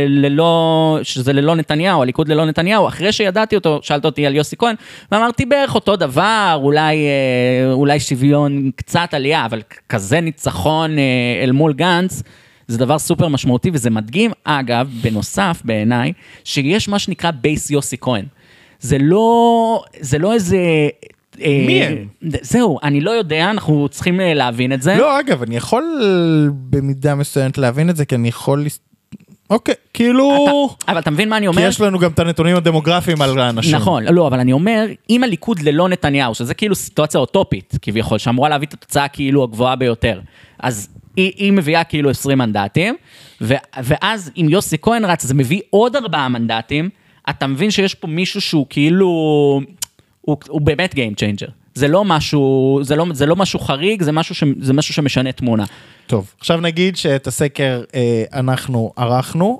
שזה ללא נתניהו, הליכוד ללא נתניהו, אחרי שידעתי אותו, שאלת אותי על יוסי כהן, ואמרתי בערך אותו דבר, אולי שוויון קצת עלייה, אבל כזה ניצחון אל מול גנץ, זה דבר סופר משמעותי, וזה מדגים, אגב, בנוסף בעיניי, שיש מה שנקרא בייס יוסי כהן. זה לא איזה... מי הם? זהו, אני לא יודע, אנחנו צריכים להבין את זה. לא, אגב, אני יכול במידה מסוימת להבין את זה, כי אני יכול... אוקיי, כאילו... אבל אתה מבין מה אני אומר? כי יש לנו גם את הנתונים הדמוגרפיים על האנשים. נכון, לא, אבל אני אומר, אם הליכוד ללא נתניהו, שזה כאילו סיטואציה אוטופית, כביכול, שאמורה להביא את התוצאה כאילו הגבוהה ביותר, אז היא מביאה כאילו 20 מנדטים, ואז אם יוסי כהן רץ, זה מביא עוד 4 מנדטים, אתה מבין שיש פה מישהו שהוא כאילו... הוא באמת game changer. זה לא משהו חריג, זה משהו שמשנה תמונה. טוב, עכשיו נגיד שאת הסקר אנחנו ערכנו,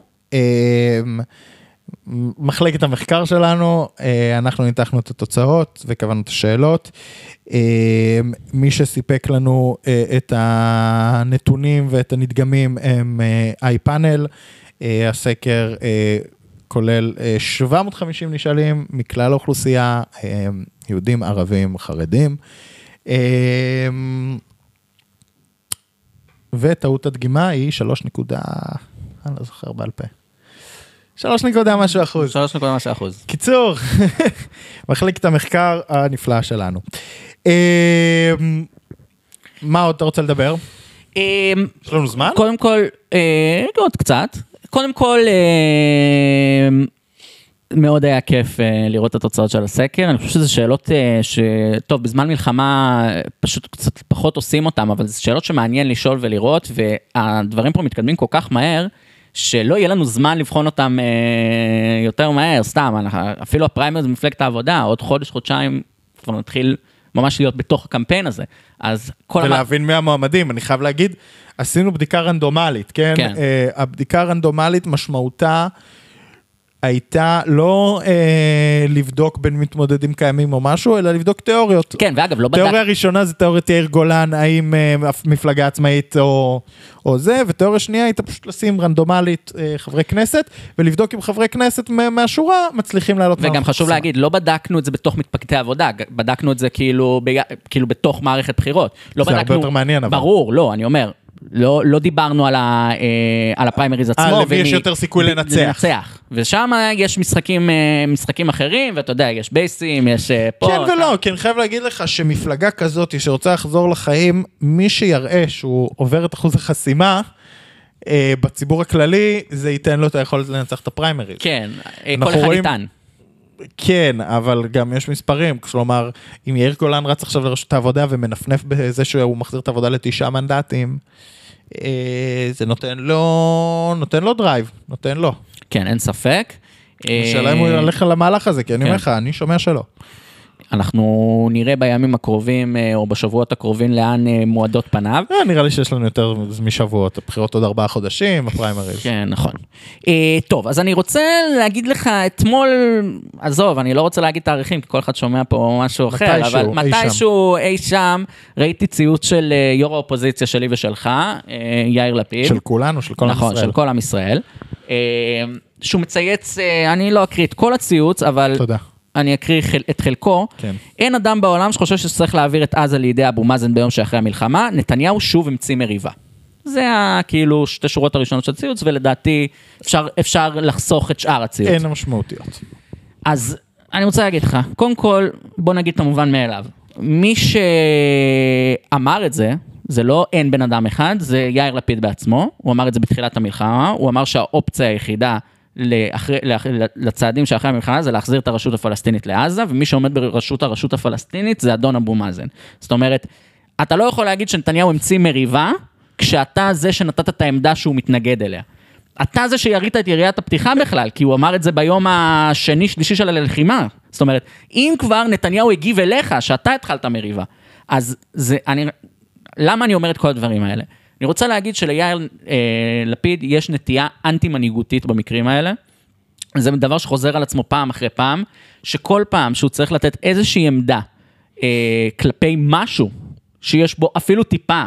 מחלקת המחקר שלנו, אנחנו ניתחנו את התוצאות וקבענו את השאלות, מי שסיפק לנו את הנתונים ואת הנדגמים הם iPanel, הסקר כולל 750 נשאלים מכלל האוכלוסייה, יהודים, ערבים, חרדים, וטעות הדגימה היא 3 נקודה, אני לא זוכר בעל פה. 3 נקודה משהו אחוז. 3 נקודה משהו אחוז. קיצור, מחלקת המחקר הנפלאה שלנו. מה עוד אתה רוצה לדבר? יש לנו זמן? קודם כל, עוד קצת. קודם כל, מאוד היה כיף לראות את התוצאות של הסקר. אני חושב שזה שאלות טוב, בזמן מלחמה פשוט קצת פחות עושים אותם, אבל זה שאלות שמעניין לשאול ולראות, והדברים פה מתקדמים כל כך מהר, שלא יהיה לנו זמן לבחון אותם יותר מהר, סתם, אפילו הפריימריז במפלגת העבודה, עוד חודש, חודשיים, כבר נתחיל ממש להיות בתוך הקמפיין הזה. אז ולהבין מי המועמדים, אני חייב להגיד, עשינו בדיקה רנדומלית, כן? הבדיקה רנדומלית משמעותה הייתה לא לבדוק בין מתמודדים קיימים או משהו, אלא לבדוק תיאוריות. כן, ואגב, לא בדק... תיאוריה הראשונה זה תיאוריית יאיר גולן, האם מפלגה עצמאית או זה, ותיאוריה שנייה הייתה פשוט לשים רנדומלית חברי כנסת, ולבדוק אם חברי כנסת מהשורה מצליחים לעלות. וגם חשוב להגיד, לא בדקנו את זה בתוך מתפקדי עבודה, בדקנו את זה כאילו בתוך מערכת בחירות. זה הרבה יותר מעניין. ברור, לא, אני אומר, לא דיברנו על הפריימריז עצמו. למי יש יותר סיכוי לנצח. ושם יש משחקים אחרים, ואתה יודע, יש בייסים, יש פה. כן ולא, כי אני חייב להגיד לך שמפלגה כזאת שרוצה לחזור לחיים, מי שיראה שהוא עובר את אחוז החסימה, בציבור הכללי, זה ייתן לו את היכולת לנצח את הפריימריז. כן, כל אחד ניתן. כן, אבל גם יש מספרים, כלומר, אם יאיר גולן רץ עכשיו לרשות העבודה ומנפנף בזה שהוא מחזיר את העבודה ל9 מנדטים, זה נותן לו דרייב, נותן לו. כן, אין ספק. השאלה אם הוא ילך על המהלך הזה, כי אני אומר לך, אני שומע שלא. אנחנו נראה בימים הקרובים, או בשבועות הקרובים, לאן מועדות פניו. נראה לי שיש לנו יותר משבועות, הבחירות עוד 4 חודשים, הפריימריז. כן, נכון. טוב, אז אני רוצה להגיד לך, אתמול, עזוב, אני לא רוצה להגיד תאריכים, כי כל אחד שומע פה משהו אחר, אבל מתישהו אי שם, ראיתי ציוץ של יו"ר האופוזיציה שלי ושלך, יאיר לפיד. של כולנו, של כל עם ישראל. נכון, של כל עם ישראל. שהוא מצייץ, אני לא אקריא את כל הציוץ, אבל... תודה. אני אקריא את חלקו, כן. אין אדם בעולם שחושב שצריך להעביר את עזה לידי אבו מאזן ביום שאחרי המלחמה, נתניהו שוב המציא מריבה. זה כאילו 2 שורות הראשונות של הציוץ, ולדעתי אפשר לחסוך את שאר הציוץ. אין המשמעותיות. אז אני רוצה להגיד לך, קודם כל, בוא נגיד את המובן מאליו. מי שאמר את זה, זה לא אין בן אדם אחד, זה יאיר לפיד בעצמו, הוא אמר את זה בתחילת המלחמה, הוא אמר שהאופציה היחידה, לצעדים שאחרי המלחמה זה להחזיר את הרשות הפלסטינית לעזה, ומי שעומד בראשות הרשות הפלסטינית זה אדון אבו מאזן. זאת אומרת, אתה לא יכול להגיד שנתניהו המציא מריבה, כשאתה זה שנתת את העמדה שהוא מתנגד אליה. אתה זה שירית את יריית הפתיחה בכלל, כי הוא אמר את זה ביום השני, שלישי של הלחימה. זאת אומרת, אם כבר נתניהו הגיב אליך, שאתה התחלת מריבה, אז למה אני אומר את כל הדברים האלה? אני רוצה להגיד שליאיר לפיד יש נטייה אנטי-מנהיגותית במקרים האלה. זה דבר שחוזר על עצמו פעם אחרי פעם, שכל פעם שהוא צריך לתת איזושהי עמדה כלפי משהו, שיש בו אפילו טיפה,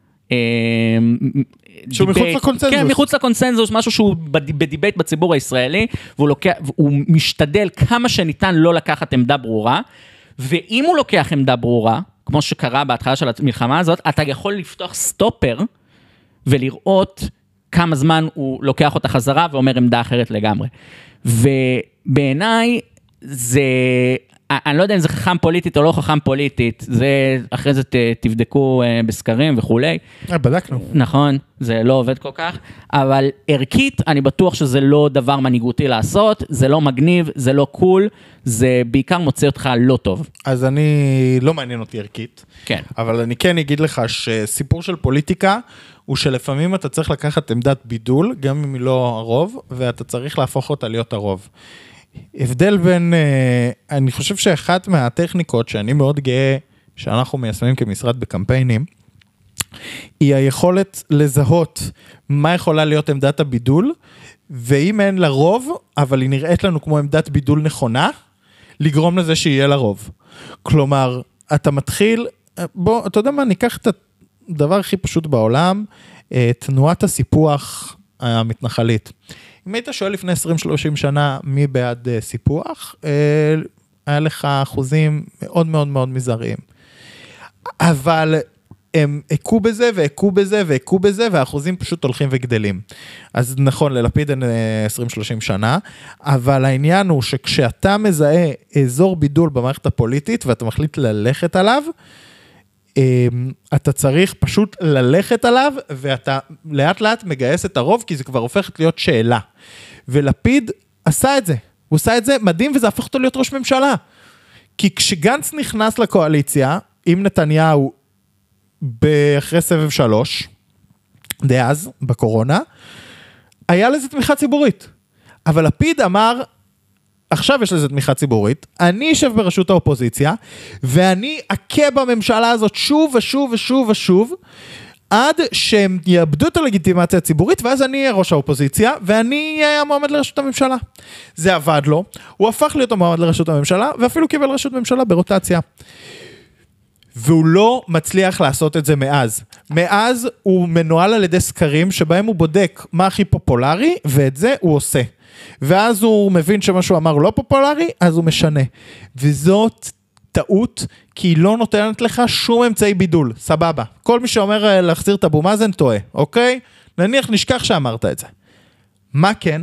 שהוא מחוץ לקונצנזוס. כן, מחוץ לקונצנזוס, משהו שהוא בדיבייט בציבור הישראלי, והוא משתדל כמה שניתן לא לקחת עמדה ברורה, ואם הוא לוקח עמדה ברורה, כמו שקרה בהתחלה של המלחמה הזאת, אתה יכול לפתוח סטופר, ולראות כמה זמן הוא לוקח אותה חזרה, ואומר עמדה אחרת לגמרי. ובעיניי, זה, אני לא יודע אם זה חכם פוליטית או לא חכם פוליטית, זה אחרי זה תבדקו בסקרים וכולי. בדקנו. נכון, זה לא עובד כל כך, אבל ערכית, אני בטוח שזה לא דבר מנהיגותי לעשות, זה לא מגניב, זה לא קול, זה בעיקר מוצא אותך לא טוב. אז אני, לא מעניין אותי ערכית, כן. אבל אני כן אגיד לך שסיפור של פוליטיקה, הוא שלפעמים אתה צריך לקחת עמדת בידול, גם אם היא לא הרוב, ואתה צריך להפוך אותה להיות הרוב. הבדל בין, אני חושב שאחת מהטכניקות שאני מאוד גאה, שאנחנו מיישמים כמשרד בקמפיינים, היא היכולת לזהות מה יכולה להיות עמדת הבידול, ואם אין לה רוב, אבל היא נראית לנו כמו עמדת בידול נכונה, לגרום לזה שיהיה לה רוב. כלומר, אתה מתחיל, בוא, אתה יודע מה, ניקח את הדבר הכי פשוט בעולם, תנועת הסיפוח המתנחלית. אם היית שואל לפני 20-30 שנה מי בעד סיפוח, היה לך אחוזים מאוד מאוד מאוד מזעריים. אבל הם עקו בזה ועקו בזה ועקו בזה, והאחוזים פשוט הולכים וגדלים. אז נכון, ללפיד אין 20-30 שנה, אבל העניין הוא שכשאתה מזהה אזור בידול במערכת הפוליטית, ואתה מחליט ללכת עליו, אתה צריך פשוט ללכת עליו, ואתה לאט לאט מגייס את הרוב, כי זה כבר הופכת להיות שאלה. ולפיד עשה את זה. הוא עשה את זה מדהים, וזה הפך אותו להיות ראש ממשלה. כי כשגנץ נכנס לקואליציה, עם נתניהו, אחרי סבב 3, דאז, בקורונה, היה לזה תמיכה ציבורית. אבל לפיד אמר, עכשיו יש לזה תמיכה ציבורית, אני אשב בראשות האופוזיציה, ואני אכה בממשלה הזאת שוב ושוב ושוב ושוב, עד שהם יאבדו את הלגיטימציה הציבורית, ואז אני אהיה ראש האופוזיציה, ואני אהיה המועמד לראשות הממשלה. זה עבד לו, הוא הפך להיות המועמד לראשות הממשלה, ואפילו קיבל ראשות ממשלה ברוטציה. והוא לא מצליח לעשות את זה מאז. מאז הוא מנוהל על ידי סקרים, שבהם הוא בודק מה הכי פופולרי, ואת זה הוא עושה. ואז הוא מבין שמה שהוא אמר לא פופולרי, אז הוא משנה. וזאת טעות, כי היא לא נותנת לך שום אמצעי בידול, סבבה. כל מי שאומר להחזיר את אבו מאזן טועה, אוקיי? נניח נשכח שאמרת את זה. מה כן?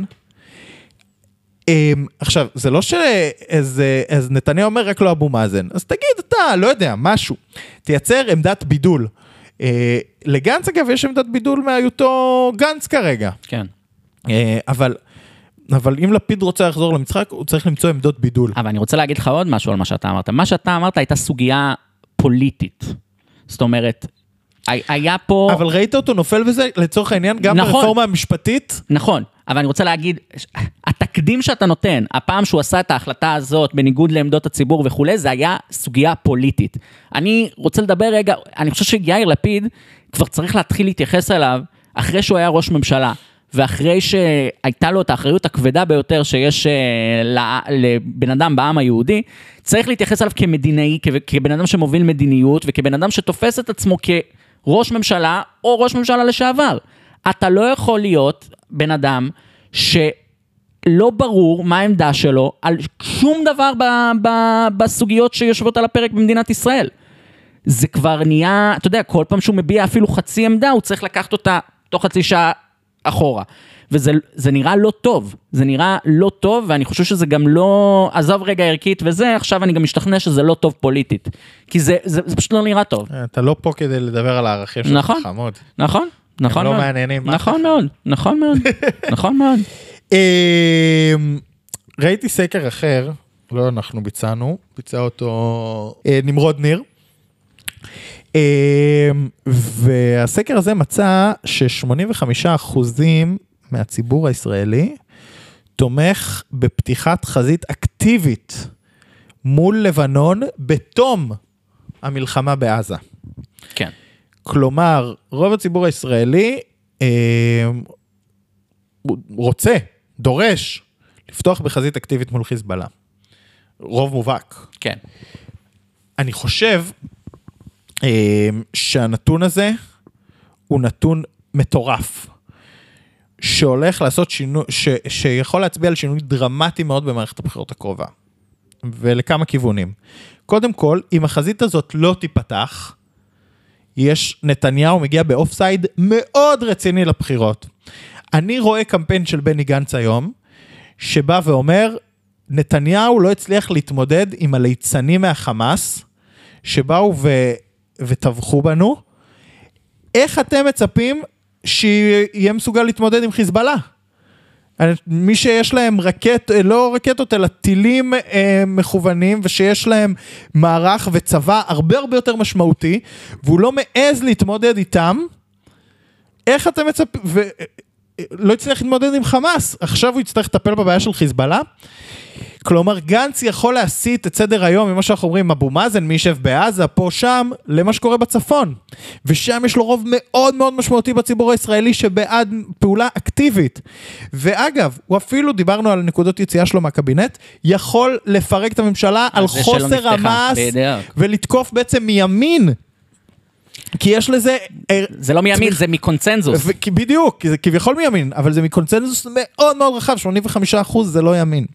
עכשיו, זה לא אז נתניה אומר רק לא אבו מאזן, אז תגיד אתה, לא יודע, משהו. תייצר עמדת בידול. לגנץ אגב יש עמדת בידול מהיותו גנץ כרגע. כן. אבל אם לפיד רוצה לחזור למשחק, הוא צריך למצוא עמדות בידול. אבל אני רוצה להגיד לך עוד משהו על מה שאתה אמרת. מה שאתה אמרת הייתה סוגיה פוליטית. זאת אומרת, היה פה... אבל ראית אותו נופל בזה, לצורך העניין, גם נכון. ברפורמה המשפטית? נכון, אבל אני רוצה להגיד, התקדים שאתה נותן, הפעם שהוא עשה את ההחלטה הזאת, בניגוד לעמדות הציבור וכו', זה היה סוגיה פוליטית. אני רוצה לדבר רגע, אני חושב שיאיר לפיד, כבר צריך להתחיל להתייחס אליו, אחרי שהוא היה ראש ממשלה, ואחרי שהייתה לו את האחריות הכבדה ביותר שיש לבן אדם בעם היהודי, צריך להתייחס אליו כמדינאי, כבן אדם שמוביל מדיניות, וכבן אדם שתופס את עצמו כראש ממשלה, או ראש ממשלה לשעבר. אתה לא יכול להיות בן אדם שלא ברור מה העמדה שלו, על שום דבר בסוגיות שיושבות על הפרק במדינת ישראל. זה כבר נהיה, אתה יודע, כל פעם שהוא מביע אפילו חצי עמדה, הוא צריך לקחת אותה תוך חצי שעה, אחורה, וזה נראה לא טוב, זה נראה לא טוב, ואני חושב שזה גם לא, עזוב רגע ערכית וזה, עכשיו אני גם משתכנע שזה לא טוב פוליטית, כי זה פשוט לא נראה טוב. אתה לא פה כדי לדבר על הערכים שלך, חמוד. נכון, נכון מאוד. הם לא מעניינים. נכון מאוד, נכון מאוד, נכון מאוד. ראיתי סקר אחר, לא אנחנו ביצע אותו נמרוד ניר, והסקר הזה מצא ש85% מהציבור הישראלי תומך בפתיחת חזית אקטיבית מול לבנון בתום המלחמה בעזה. כן. כלומר, רוב הציבור הישראלי רוצה, דורש, לפתוח בחזית אקטיבית מול חיזבאללה. רוב מובהק. כן. אני חושב שהנתון הזה הוא נתון מטורף, שהולך לעשות שינוי, שיכול להצביע על שינוי דרמטי מאוד במערכת הבחירות הקרובה, ולכמה כיוונים. קודם כל, אם החזית הזאת לא תיפתח, נתניהו מגיע באופסייד מאוד רציני לבחירות. אני רואה קמפיין של בני גנץ היום, שבא ואומר, נתניהו לא הצליח להתמודד עם הליצנים מהחמאס, שבאו וטבחו בנו, איך אתם מצפים שיהיה מסוגל להתמודד עם חיזבאללה? מי שיש להם לא רקטות, אלא טילים מכוונים, ושיש להם מערך וצבא הרבה הרבה יותר משמעותי, והוא לא מעז להתמודד איתם, איך אתם מצפים, ולא יצטרך להתמודד עם חמאס, עכשיו הוא יצטרך לטפל בבעיה של חיזבאללה, כלומר, גנץ יכול להסיט את סדר היום, ממה שאנחנו אומרים, אבו מאזן, מי ישב בעזה, פה, שם, למה שקורה בצפון. ושם יש לו רוב מאוד מאוד משמעותי בציבור הישראלי, שבעד פעולה אקטיבית. ואגב, הוא אפילו, דיברנו על נקודות יציאה שלו מהקבינט, יכול לפרק את הממשלה על חוסר המעש, ולתקוף בעצם מימין. כי יש לזה... זה לא מימין, זה מקונצנזוס. בדיוק, זה כביכול מימין, אבל זה מקונצנזוס מאוד מאוד רחב, 85% זה לא ימין.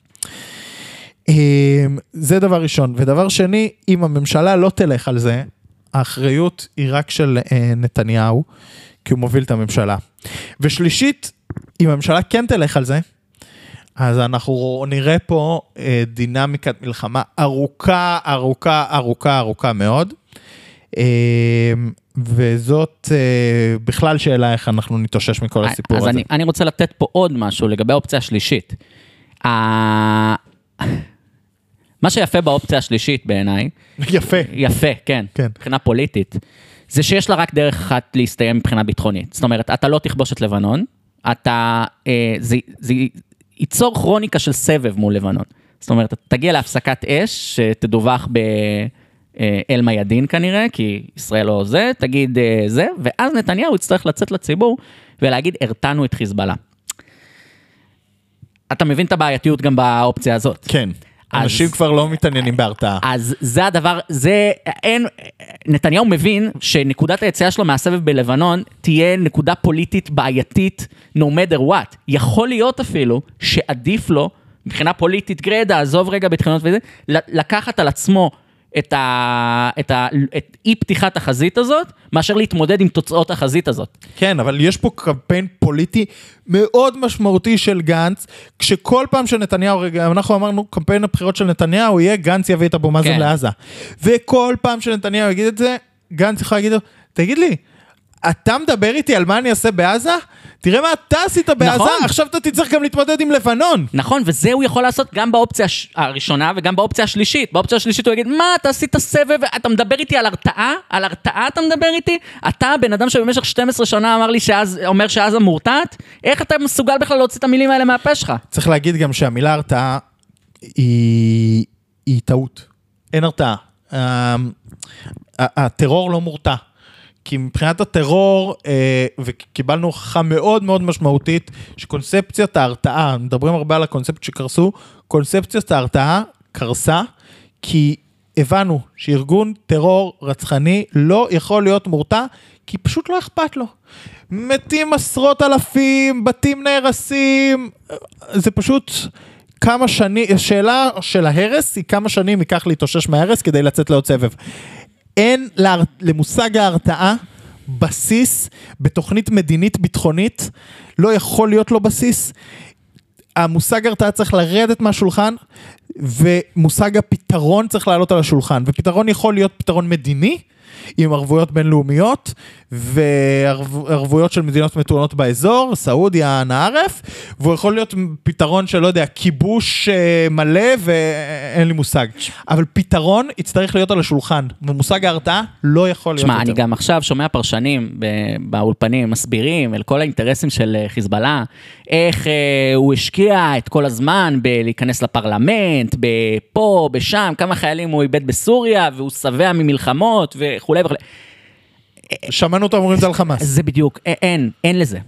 זה דבר ראשון. ודבר שני, אם הממשלה לא תלך על זה, האחריות היא רק של נתניהו, כי הוא מוביל את הממשלה. ושלישית, אם הממשלה כן תלך על זה, אז אנחנו נראה פה דינמיקת מלחמה ארוכה, ארוכה, ארוכה, ארוכה מאוד. וזאת בכלל שאלה איך אנחנו נתאושש מכל הסיפור הזה. אז אני רוצה לתת פה עוד משהו לגבי האופציה השלישית. מה שיפה באופציה השלישית בעיניי, יפה, כן, מבחינה פוליטית, זה שיש לה רק דרך אחת להסתיים מבחינה ביטחונית. זאת אומרת, אתה לא תכבוש את לבנון, זה ייצור כרוניקה של סבב מול לבנון. זאת אומרת, אתה תגיע להפסקת אש, שתדווח אל מיידין כנראה, כי ישראל לא זה, תגיד זה, ואז נתניהו יצטרך לצאת לציבור ולהגיד, הרתענו את חיזבאללה. אתה מבין את הבעייתיות גם באופציה הזאת. כן. אנשים כבר לא מתעניינים בהרתעה. אז זה הדבר, נתניהו מבין שנקודת היציאה שלו מהסבב בלבנון תהיה נקודה פוליטית בעייתית, no matter what. יכול להיות אפילו שעדיף לו, מבחינה פוליטית גרדה, עזוב רגע בתחינות וזה, לקחת על עצמו את אי פתיחת החזית הזאת, מאשר להתמודד עם תוצאות החזית הזאת. כן, אבל יש פה קמפיין פוליטי מאוד משמעותי של גנץ, כשכל פעם שנתניהו, אנחנו אמרנו, קמפיין הבחירות של נתניהו יהיה, גנץ יביא את אבו מאזן כן. לעזה. וכל פעם שנתניהו יגיד את זה, גנץ יכול להגיד לו, תגיד לי, אתה מדבר איתי על מה אני אעשה בעזה? תראה מה אתה עשית בעזה, נכון. עכשיו אתה תצטרך גם להתמודד עם לבנון. נכון, וזה הוא יכול לעשות גם באופציה הראשונה וגם באופציה השלישית. באופציה השלישית הוא יגיד, מה, אתה עשית סבב, אתה מדבר איתי על הרתעה? על הרתעה אתה מדבר איתי? אתה, בן אדם שבמשך 12 שנה אמר לי אומר שעזה מורתעת? איך אתה מסוגל בכלל להוציא את המילים האלה מהפה שלך? צריך להגיד גם שהמילה הרתעה היא טעות. אין הרתעה. הטרור לא מורתע. כי מבחינת הטרור, וקיבלנו הוכחה מאוד מאוד משמעותית, שקונספציית ההרתעה, מדברים הרבה על הקונספט שקרסו, קונספציית ההרתעה קרסה, כי הבנו שארגון טרור רצחני לא יכול להיות מורתע, כי פשוט לא אכפת לו. מתים עשרות אלפים, בתים נהרסים, זה פשוט כמה שנים, השאלה של ההרס היא כמה שנים ייקח להתאושש מההרס כדי לצאת לעוד סבב. אין למושג ההרתעה בסיס בתוכנית מדינית ביטחונית, לא יכול להיות לו בסיס. המושג ההרתעה צריך לרדת מהשולחן, ומושג הפתרון צריך לעלות על השולחן, ופתרון יכול להיות פתרון מדיני, עם ערבויות בינלאומיות, וערבויות של מדינות מתונות באזור, סעודיה, נערף, והוא יכול להיות פתרון של, לא יודע, כיבוש מלא, ואין לי מושג. אבל פתרון יצטרך להיות על השולחן, ומושג ההרתעה לא יכול להיות שמה, יותר. אני גם עכשיו שומע פרשנים באולפנים, מסבירים על כל האינטרסים של חיזבאללה, איך הוא השקיע את כל הזמן להיכנס לפרלמנט, פה, בשם, כמה חיילים הוא איבד בסוריה, והוא שבע ממלחמות, וכו' וכו'. שמענו אותו אומרים את זה על חמאס. זה בדיוק, אין לזה.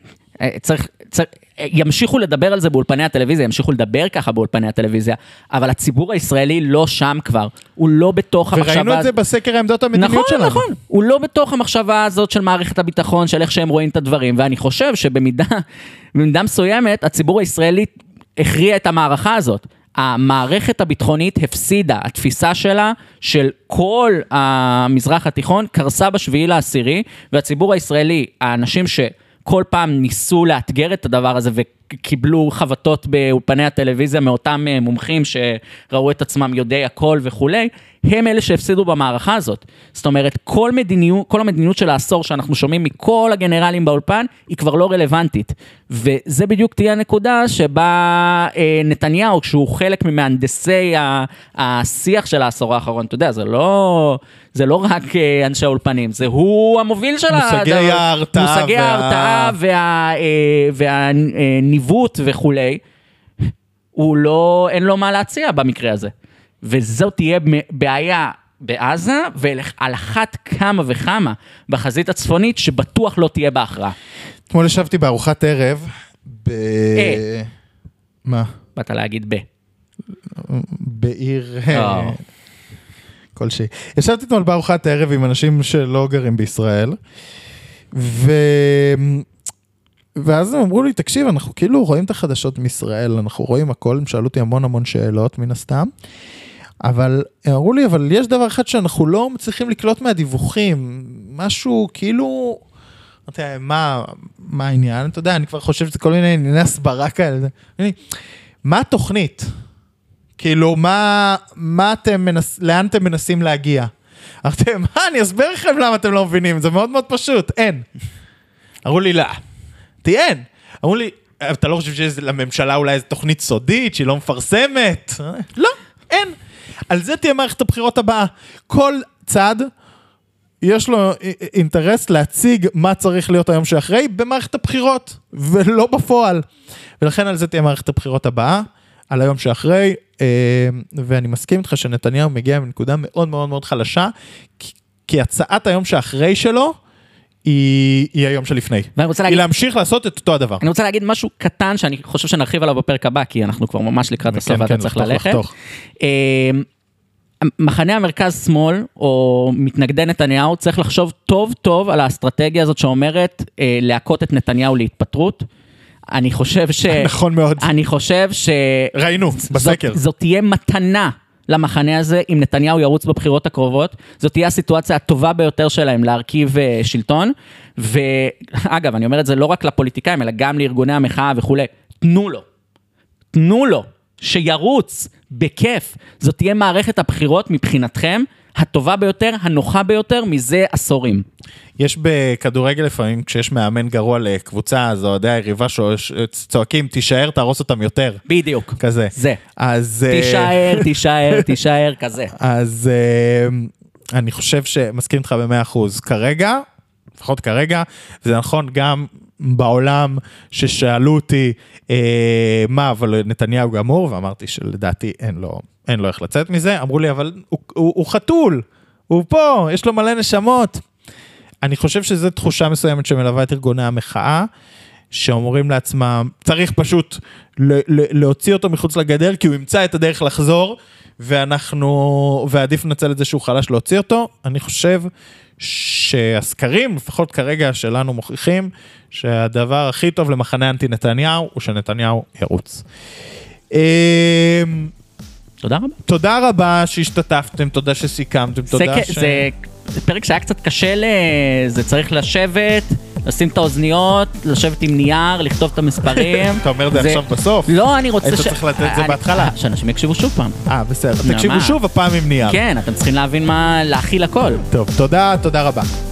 ימשיכו לדבר על זה באולפני הטלוויזיה, ימשיכו לדבר ככה באולפני הטלוויזיה, אבל הציבור הישראלי לא שם כבר, הוא לא בתוך המחשבה... וראינו את זה בסקר העמדות המדיניות שלנו. נכון, הוא לא בתוך המחשבה הזאת של מערכת הביטחון, של איך שהם רואים את הדברים, ואני חושב שבמידה מסוימת, הציבור הישראלי הכריע את המערכה הזאת. המערכת הביטחונית הפסידה, התפיסה שלה של כל המזרח התיכון קרסה בשביעי לעשירי, והציבור הישראלי, האנשים שכל פעם ניסו לאתגר את הדבר הזה וקיבלו חבטות באולפני הטלוויזיה מאותם מומחים שראו את עצמם יודעי הכל וכולי, הם אלה שהפסידו במערכה הזאת. זאת אומרת, כל המדיניות של העשור שאנחנו שומעים מכל הגנרלים באולפן, היא כבר לא רלוונטית. וזה בדיוק תהיה הנקודה שבה נתניהו, כשהוא חלק ממהנדסי השיח של העשור האחרון, אתה יודע, זה לא רק אנשי האולפנים, זה הוא המוביל של מושגי ההרתעה והניווט וכולי, אין לו מה להציע במקרה הזה. וזאת תהיה בעיה בעזה, ועל אחת כמה וכמה בחזית הצפונית, שבטוח לא תהיה בהכרעה. אתמול ישבתי בארוחת ערב, מה? באת להגיד בעיר... כלשהי. ישבתי אתמול בארוחת ערב עם אנשים שלא גרים בישראל, ואז הם אמרו לי, תקשיב, אנחנו כאילו רואים את החדשות מישראל, אנחנו רואים הכל, הם שאלו אותי המון שאלות מן הסתם, אבל הם אמרו לי, אבל יש דבר אחד שאנחנו לא מצליחים לקלוט מהדיווחים, משהו כאילו, מה העניין? אתה יודע, אני כבר חושב שזה כל מיני ענייני הסברה כאלה. מה התוכנית? כאילו, לאן אתם מנסים להגיע? אמרתם, אני אסבר לכם למה אתם לא מבינים, זה מאוד מאוד פשוט, אין. אמרו לי, לא. אין. אמרו לי, אתה לא חושב שיש לממשלה אולי איזו תוכנית סודית שהיא לא מפרסמת? לא, אין. על זה תהיה מערכת הבחירות הבאה. כל צד יש לו אינטרס להציג מה צריך להיות היום שאחרי במערכת הבחירות, ולא בפועל. ולכן על זה תהיה מערכת הבחירות הבאה, על היום שאחרי, ואני מסכים איתך שנתניהו מגיע מנקודה מאוד מאוד מאוד חלשה, כי הצעת היום שאחרי שלו, היא היום שלפני. היא להמשיך לעשות את אותו הדבר. אני רוצה להגיד משהו קטן, שאני חושב שנרחיב עליו בפרק הבא, כי אנחנו כבר ממש לקראת הסוף, ואתה צריך ללכת. מחנה המרכז שמאל, או מתנגדי נתניהו, צריך לחשוב טוב טוב על האסטרטגיה הזאת שאומרת להכות את נתניהו להתפטרות. אני חושב נכון מאוד. אני חושב ראינו, בסקר. זאת תהיה מתנה למחנה הזה, אם נתניהו ירוץ בבחירות הקרובות, זאת תהיה הסיטואציה הטובה ביותר שלהם להרכיב שלטון, ואגב, אני אומר את זה לא רק לפוליטיקאים, אלא גם לארגוני המחאה וכו'. תנו לו, שירוץ בכיף. זאת תהיה מערכת הבחירות מבחינתכם, הטובה ביותר, הנוחה ביותר, מזה עשורים. יש בכדורגל לפעמים, כשיש מאמן גרוע לקבוצה, אז אוהדי היריבה שצועקים, תישאר, תהרוס אותם יותר. בדיוק. כזה. זה. אז... תישאר, כזה. אז אני חושב שמסכים איתך ב100%. כרגע, לפחות כרגע, זה נכון גם בעולם ששאלו אותי, מה, אבל נתניהו גמור, ואמרתי שלדעתי אין לו איך לצאת מזה. אמרו לי, אבל הוא חתול, הוא פה, יש לו מלא נשמות. אני חושב שזו תחושה מסוימת שמלווה את ארגוני המחאה, שאומרים לעצמם, צריך פשוט להוציא אותו מחוץ לגדר, כי הוא ימצא את הדרך לחזור, ועדיף נצל את זה שהוא חלש להוציא אותו. אני חושב שהסקרים, לפחות כרגע שלנו מוכיחים, שהדבר הכי טוב למחנה אנטי נתניהו, הוא שנתניהו ירוץ. תודה רבה. תודה רבה שהשתתפתם, תודה שסיכמתם, תודה זה פרק שהיה קצת קשה, זה צריך לשבת, לשים את האוזניות, לשבת עם נייר, לכתוב את המספרים. אתה אומר את זה עכשיו בסוף? לא, אני רוצה היית צריך לתת את זה בהתחלה. שאנשים יקשיבו שוב פעם. בסדר. תקשיבו שוב הפעם עם נייר. כן, אתם צריכים להבין מה, להכיל הכל. טוב, תודה רבה.